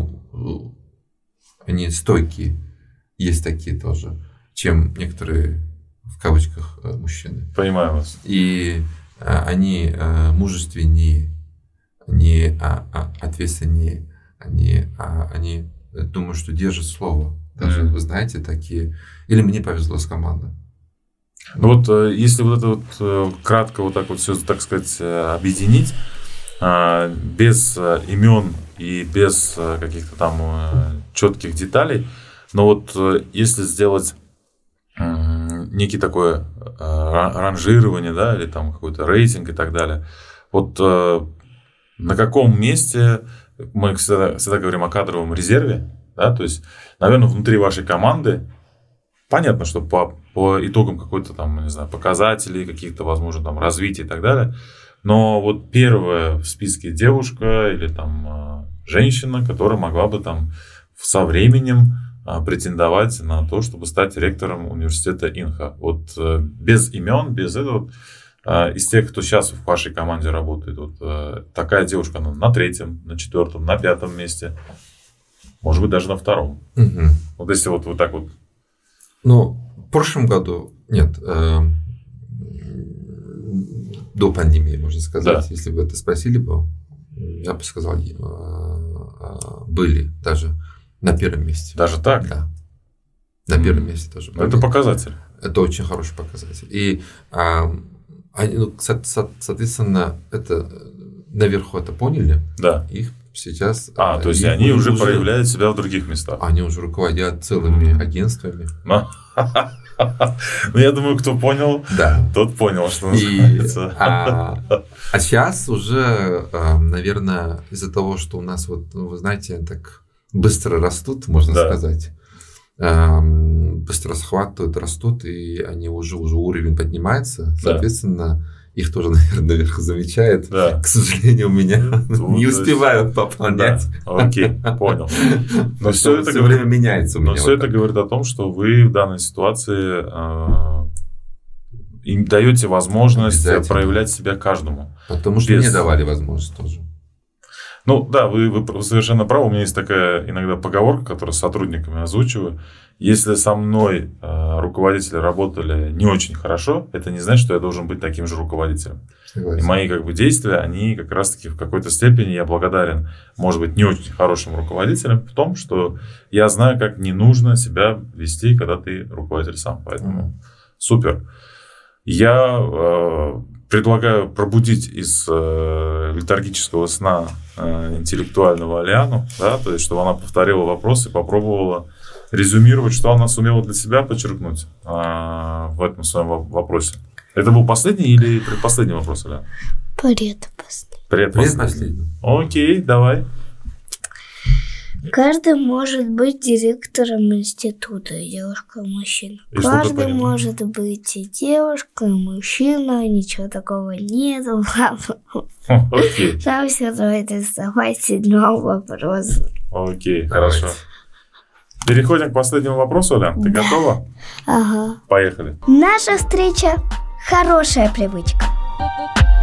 они стойкие, есть такие тоже, чем некоторые, в кавычках, мужчины. Понимаю вас. И а, они а, мужественнее, они а, а, ответственнее, они, а, они думаю, что держат слово. Даже, mm. вы знаете, такие... Или мне повезло с командой. Ну вот, если вот это вот кратко вот так вот все, так сказать, объединить, без имен и без каких-то там четких деталей, но вот если сделать некий такое ранжирование, да, или там какой-то рейтинг и так далее. Вот на каком месте мы всегда, всегда говорим о кадровом резерве, да, то есть, наверное, внутри вашей команды понятно, что по, по итогам какой-то там, не знаю, показателей, каких-то, возможно, там развития и так далее, но вот первая в списке девушка или там женщина, которая могла бы там со временем претендовать на то, чтобы стать ректором университета Инха. Вот э, без имен, без этого, э, из тех, кто сейчас в вашей команде работает, вот э, такая девушка, она на третьем, на четвертом, на пятом месте, может быть, даже на втором. Угу. Вот если вот, вот так вот. Ну, в прошлом году, нет, э, до пандемии, можно сказать, да. Если бы это спросили бы, я бы сказал, э, э, были даже на первом месте. Даже так? Да. На mm. первом месте тоже. Это показатель. Это очень хороший показатель. И, а, они, ну, соответственно, это наверху это поняли. Да. Их сейчас... А, то есть они уже проявляют себя в других местах. Они уже руководят целыми mm. агентствами. Ну, я думаю, кто понял, да. тот понял, что называется. А, а сейчас уже, наверное, из-за того, что у нас, вот, вы знаете, так... быстро растут, можно да. сказать. Быстро схватывают, растут, и они уже, уже уровень поднимается. Соответственно, да. их тоже, наверное, наверх замечают. Да. К сожалению, у меня ну, не успевают пополнять. Да. Окей, понял. Но все это все время меняется у меня. Но все это говорит о том, что вы в данной ситуации им даете возможность проявлять себя каждому. Потому что мне давали возможность тоже. Ну да, вы, вы совершенно правы. У меня есть такая иногда поговорка, которую с сотрудниками озвучиваю. Если со мной э, руководители работали не очень хорошо, это не значит, что я должен быть таким же руководителем. Согласен. И мои как бы, действия, они как раз-таки в какой-то степени, я благодарен, может быть, не очень хорошим руководителям в том, что я знаю, как не нужно себя вести, когда ты руководитель сам. Поэтому mm-hmm. супер. Я э, предлагаю пробудить из э, летаргического сна э, интеллектуального Алиану, да, то есть, чтобы она повторила вопрос и попробовала резюмировать, что она сумела для себя подчеркнуть э, в этом своем вопросе. Это был последний или предпоследний вопрос, Алян? Предпоследний. Предпоследний. Окей, давай. Каждый может быть директором института, и девушка, и мужчина. И Каждый может быть и девушка, и мужчина, ничего такого нет. Окей. Там все давайте вставать к седьмому вопросу. Окей, хорошо. Переходим к последнему вопросу, Алян. Ты да. готова? Ага. Поехали. Наша встреча – хорошая привычка.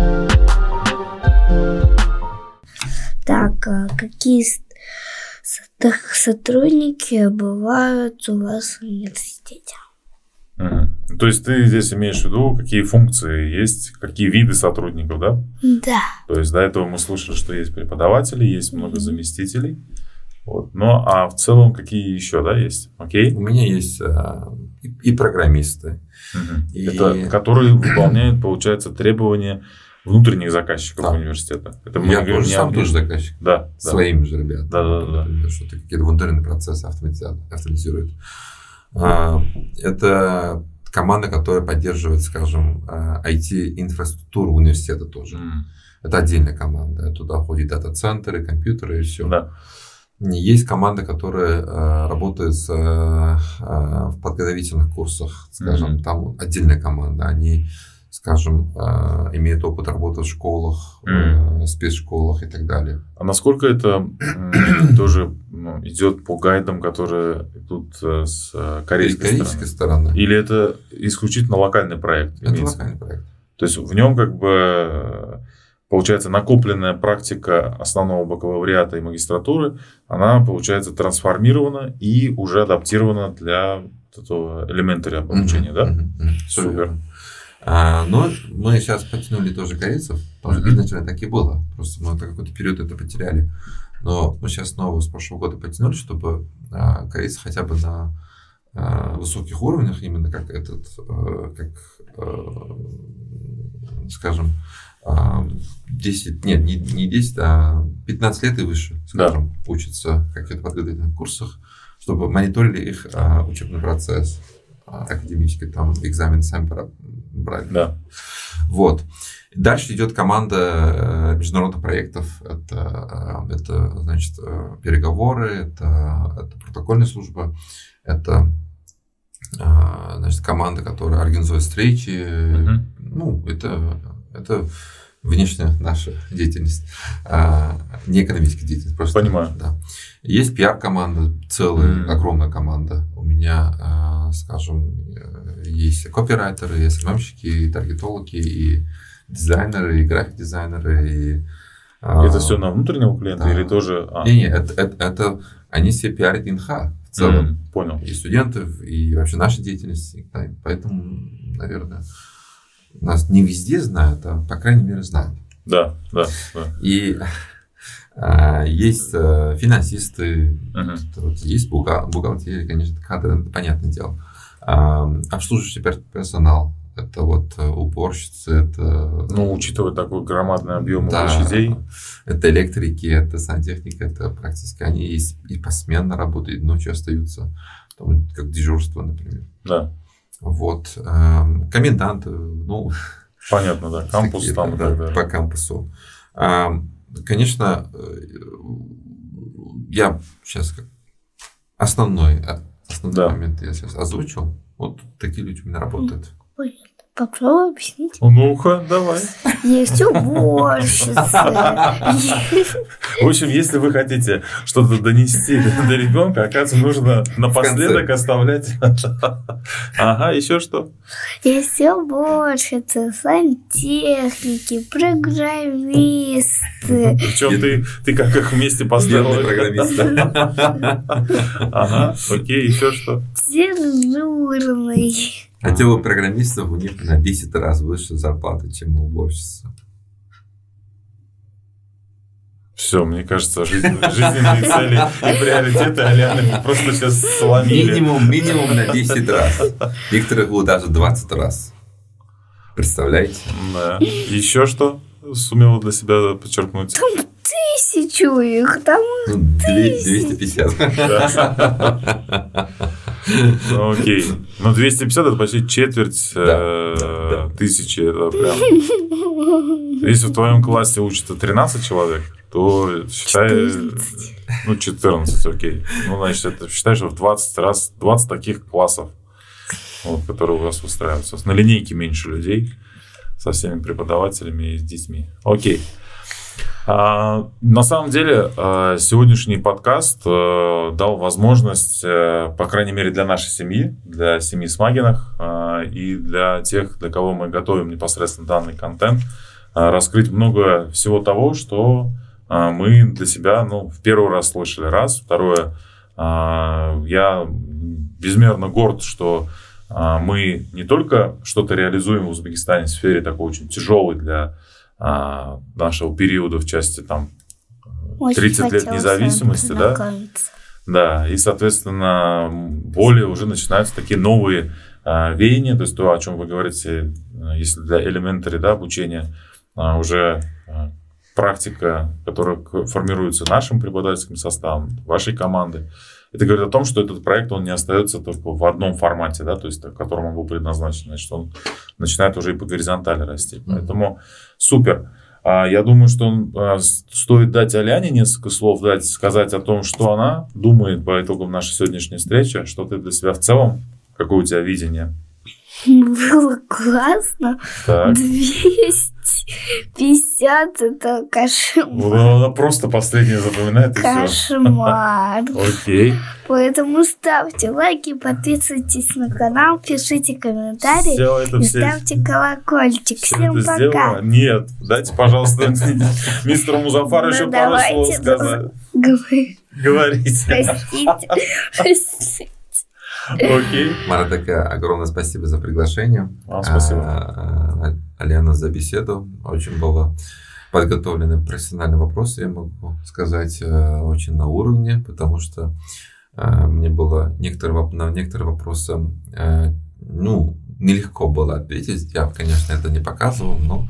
Так, какие Так сотрудники бывают у вас в университете. Угу. То есть ты здесь имеешь в виду, какие функции есть, какие виды сотрудников, да? Да. То есть до этого мы слышали, что есть преподаватели, есть много заместителей. Вот. Ну, а в целом какие еще, да, есть? Окей? У меня есть а, и, и программисты. Угу. И... Это, которые выполняют, получается, требования внутренних заказчиков да. университета. Это Я тоже не сам тоже заказчик. Да. Своими да. же ребятами. Да, да, да. Например, что-то какие-то внутренние процессы автоматизируют. А, это команда, которая поддерживает, скажем, ай ти-инфраструктуру университета тоже. Mm. Это отдельная команда. Туда входят дата-центры, компьютеры и все. Да. Есть команда, которая э, работает с, э, в подготовительных курсах, скажем, mm-hmm. там отдельная команда, они, скажем, э, имеют опыт работы в школах, mm-hmm. э, спецшколах и так далее. А насколько это э, тоже ну, идет по гайдам, которые идут э, с корейской, корейской стороны? стороны? Или это исключительно локальный проект? Это имеется? Локальный проект. То есть в нем как бы... Получается, накопленная практика основного бакалавриата и магистратуры, она, получается, трансформирована и уже адаптирована для этого элементаря обучения, mm-hmm. да? Mm-hmm. Супер. А, но мы сейчас потянули тоже корейцев, тоже mm-hmm. изначально так и было, просто мы на какой-то период это потеряли. Но мы сейчас снова с прошлого года потянули, чтобы а, корейцы хотя бы на а, высоких уровнях, именно как этот, а, как, а, скажем, десять, нет, не, не десять, а пятнадцать лет и выше, скажем, да. учатся в каких-то подготовительных курсах, чтобы мониторили их а, учебный процесс, а, академический, там экзамен сами брали. Да. Вот. Дальше идет команда международных проектов. Это, это значит, переговоры, это, это протокольная служба, это значит, команда, которая организует встречи. Mm-hmm. Ну, это, это внешняя наша деятельность, а не экономическая деятельность. Просто, понимаю. Да. Есть пиар-команда, целая, mm-hmm. огромная команда. У меня, скажем, есть копирайтеры, и эс эм эм-щики, и таргетологи, и дизайнеры, и график-дизайнеры. И, это а, все на внутреннего клиента да. или тоже... А. Не, не, это, это, это они все пиарят ИНХА в целом. Mm, понял. И студентов, и вообще наша деятельность. Поэтому, наверное, нас не везде знают, а по крайней мере знают. Да, да, да. И а, есть а, финансисты, uh-huh. есть бухгалтерия, конечно, кадры, это понятное дело. А, обслуживающий персонал. Это вот уборщицы, это... Ну, учитывая такой громадный объем да, площадей. Это электрики, это сантехника, это практически они и, и посменно работают, ночью остаются, там, как дежурство, например. Да. Вот. Эм, коменданты, ну... Понятно, да. Кампус такие, там. Да, да, по кампусу. Эм, конечно, я сейчас как основной, основной да. момент я сейчас озвучил. Вот такие люди у меня работают. Попробуй объяснить. Ну-ка, давай. Есть уборщицы. В общем, если вы хотите что-то донести до ребенка, оказывается, нужно напоследок оставлять. Ага, еще что? Есть уборщицы, сантехники, программисты. Причем ты, ты как их вместе поставил. Программисты. Ага, окей, еще что? Дежурный. Хотя у программистов у них на десять раз выше зарплата, чем у уборщицы. Все, мне кажется, жизнь, жизненные цели и приоритеты Аляны просто сейчас сломили. Минимум, минимум на десять раз. Некоторых даже двадцать раз. Представляете? Да. Еще что сумела для себя подчеркнуть? Там тысячу их, там ну, двести пятьдесят. Ну, окей. Ну, двести пятьдесят это почти четверть да, э, да, да. тысячи. Это прям... Если в твоем классе учатся тринадцать человек, то считай... четырнадцать. Ну, четырнадцать, окей. Ну, значит, это считай, что в двадцать раз, двадцать таких классов, вот, которые у вас устраиваются. На линейке меньше людей со всеми преподавателями и с детьми. Окей. А, на самом деле, сегодняшний подкаст дал возможность, по крайней мере, для нашей семьи, для семьи Смагинах и для тех, для кого мы готовим непосредственно данный контент, раскрыть много всего того, что мы для себя, ну, в первый раз слышали. Раз. Второе, я безмерно горд, что мы не только что-то реализуем в Узбекистане в сфере такой очень тяжелой для нашего периода в части там тридцать лет независимости, да? Да, и, соответственно, более уже начинаются такие новые а, веяния, то есть то, о чем вы говорите, если для elementary, да, обучения, а, уже а, практика, которая формируется нашим преподавательским составом, вашей команды. Это говорит о том, что этот проект, он не остается только в одном формате, да, то есть, в котором он был предназначен, значит, он начинает уже и по горизонтали расти. Mm-hmm. Поэтому супер. Я думаю, что он, стоит дать Аляне несколько слов, дать, сказать о том, что она думает по итогам нашей сегодняшней встречи, что ты для себя в целом, какое у тебя видение? Было классно. Так. двести пятьдесят это кошмар. Она просто последнее запоминает и кошмар. Окей. Поэтому ставьте лайки, подписывайтесь на канал, пишите комментарии и все... ставьте колокольчик. Все Всем пока. Сделано? Нет, дайте, пожалуйста, мистеру Музафару еще пару слов сказать. Говорите. Простите. Окей. Марат, огромное спасибо за приглашение. Вам спасибо. Алена, за беседу. Очень было подготовлены профессиональные вопросы, я могу сказать, очень на уровне, потому что мне было некоторые, на некоторые вопросы, ну, нелегко было ответить. Я, конечно, это не показывал, но,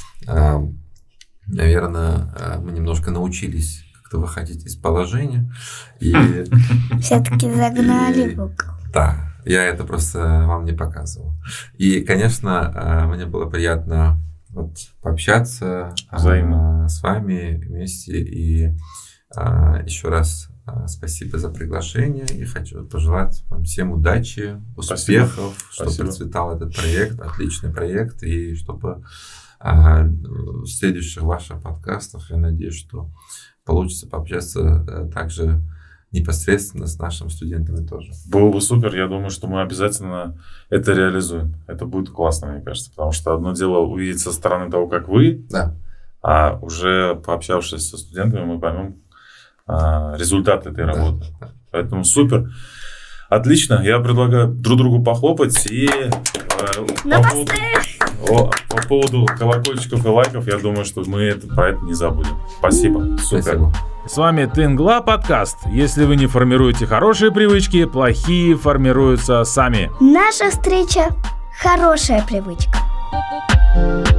наверное, мы немножко научились как-то выходить из положения. И все-таки загнали в угол. Да, я это просто вам не показывал. И, конечно, мне было приятно вот пообщаться Взаимно. с вами вместе. И еще раз спасибо за приглашение. И хочу пожелать вам всем удачи, успехов, спасибо. Чтобы спасибо. Процветал этот проект, отличный проект. И чтобы в следующих ваших подкастах, я надеюсь, что получится пообщаться также непосредственно с нашими студентами тоже. Было бы супер. Я думаю, что мы обязательно это реализуем. Это будет классно, мне кажется. Потому что одно дело увидеть со стороны того, как вы, да. А уже пообщавшись со студентами, мы поймем а, результат этой работы. Да. Поэтому супер. Отлично. Я предлагаю друг другу похлопать. И по поводу, о, по поводу колокольчиков и лайков, я думаю, что мы это, про это не забудем. Спасибо. Супер. Спасибо. С вами Тенгла подкаст. Если вы не формируете хорошие привычки, плохие формируются сами. Наша встреча – хорошая привычка.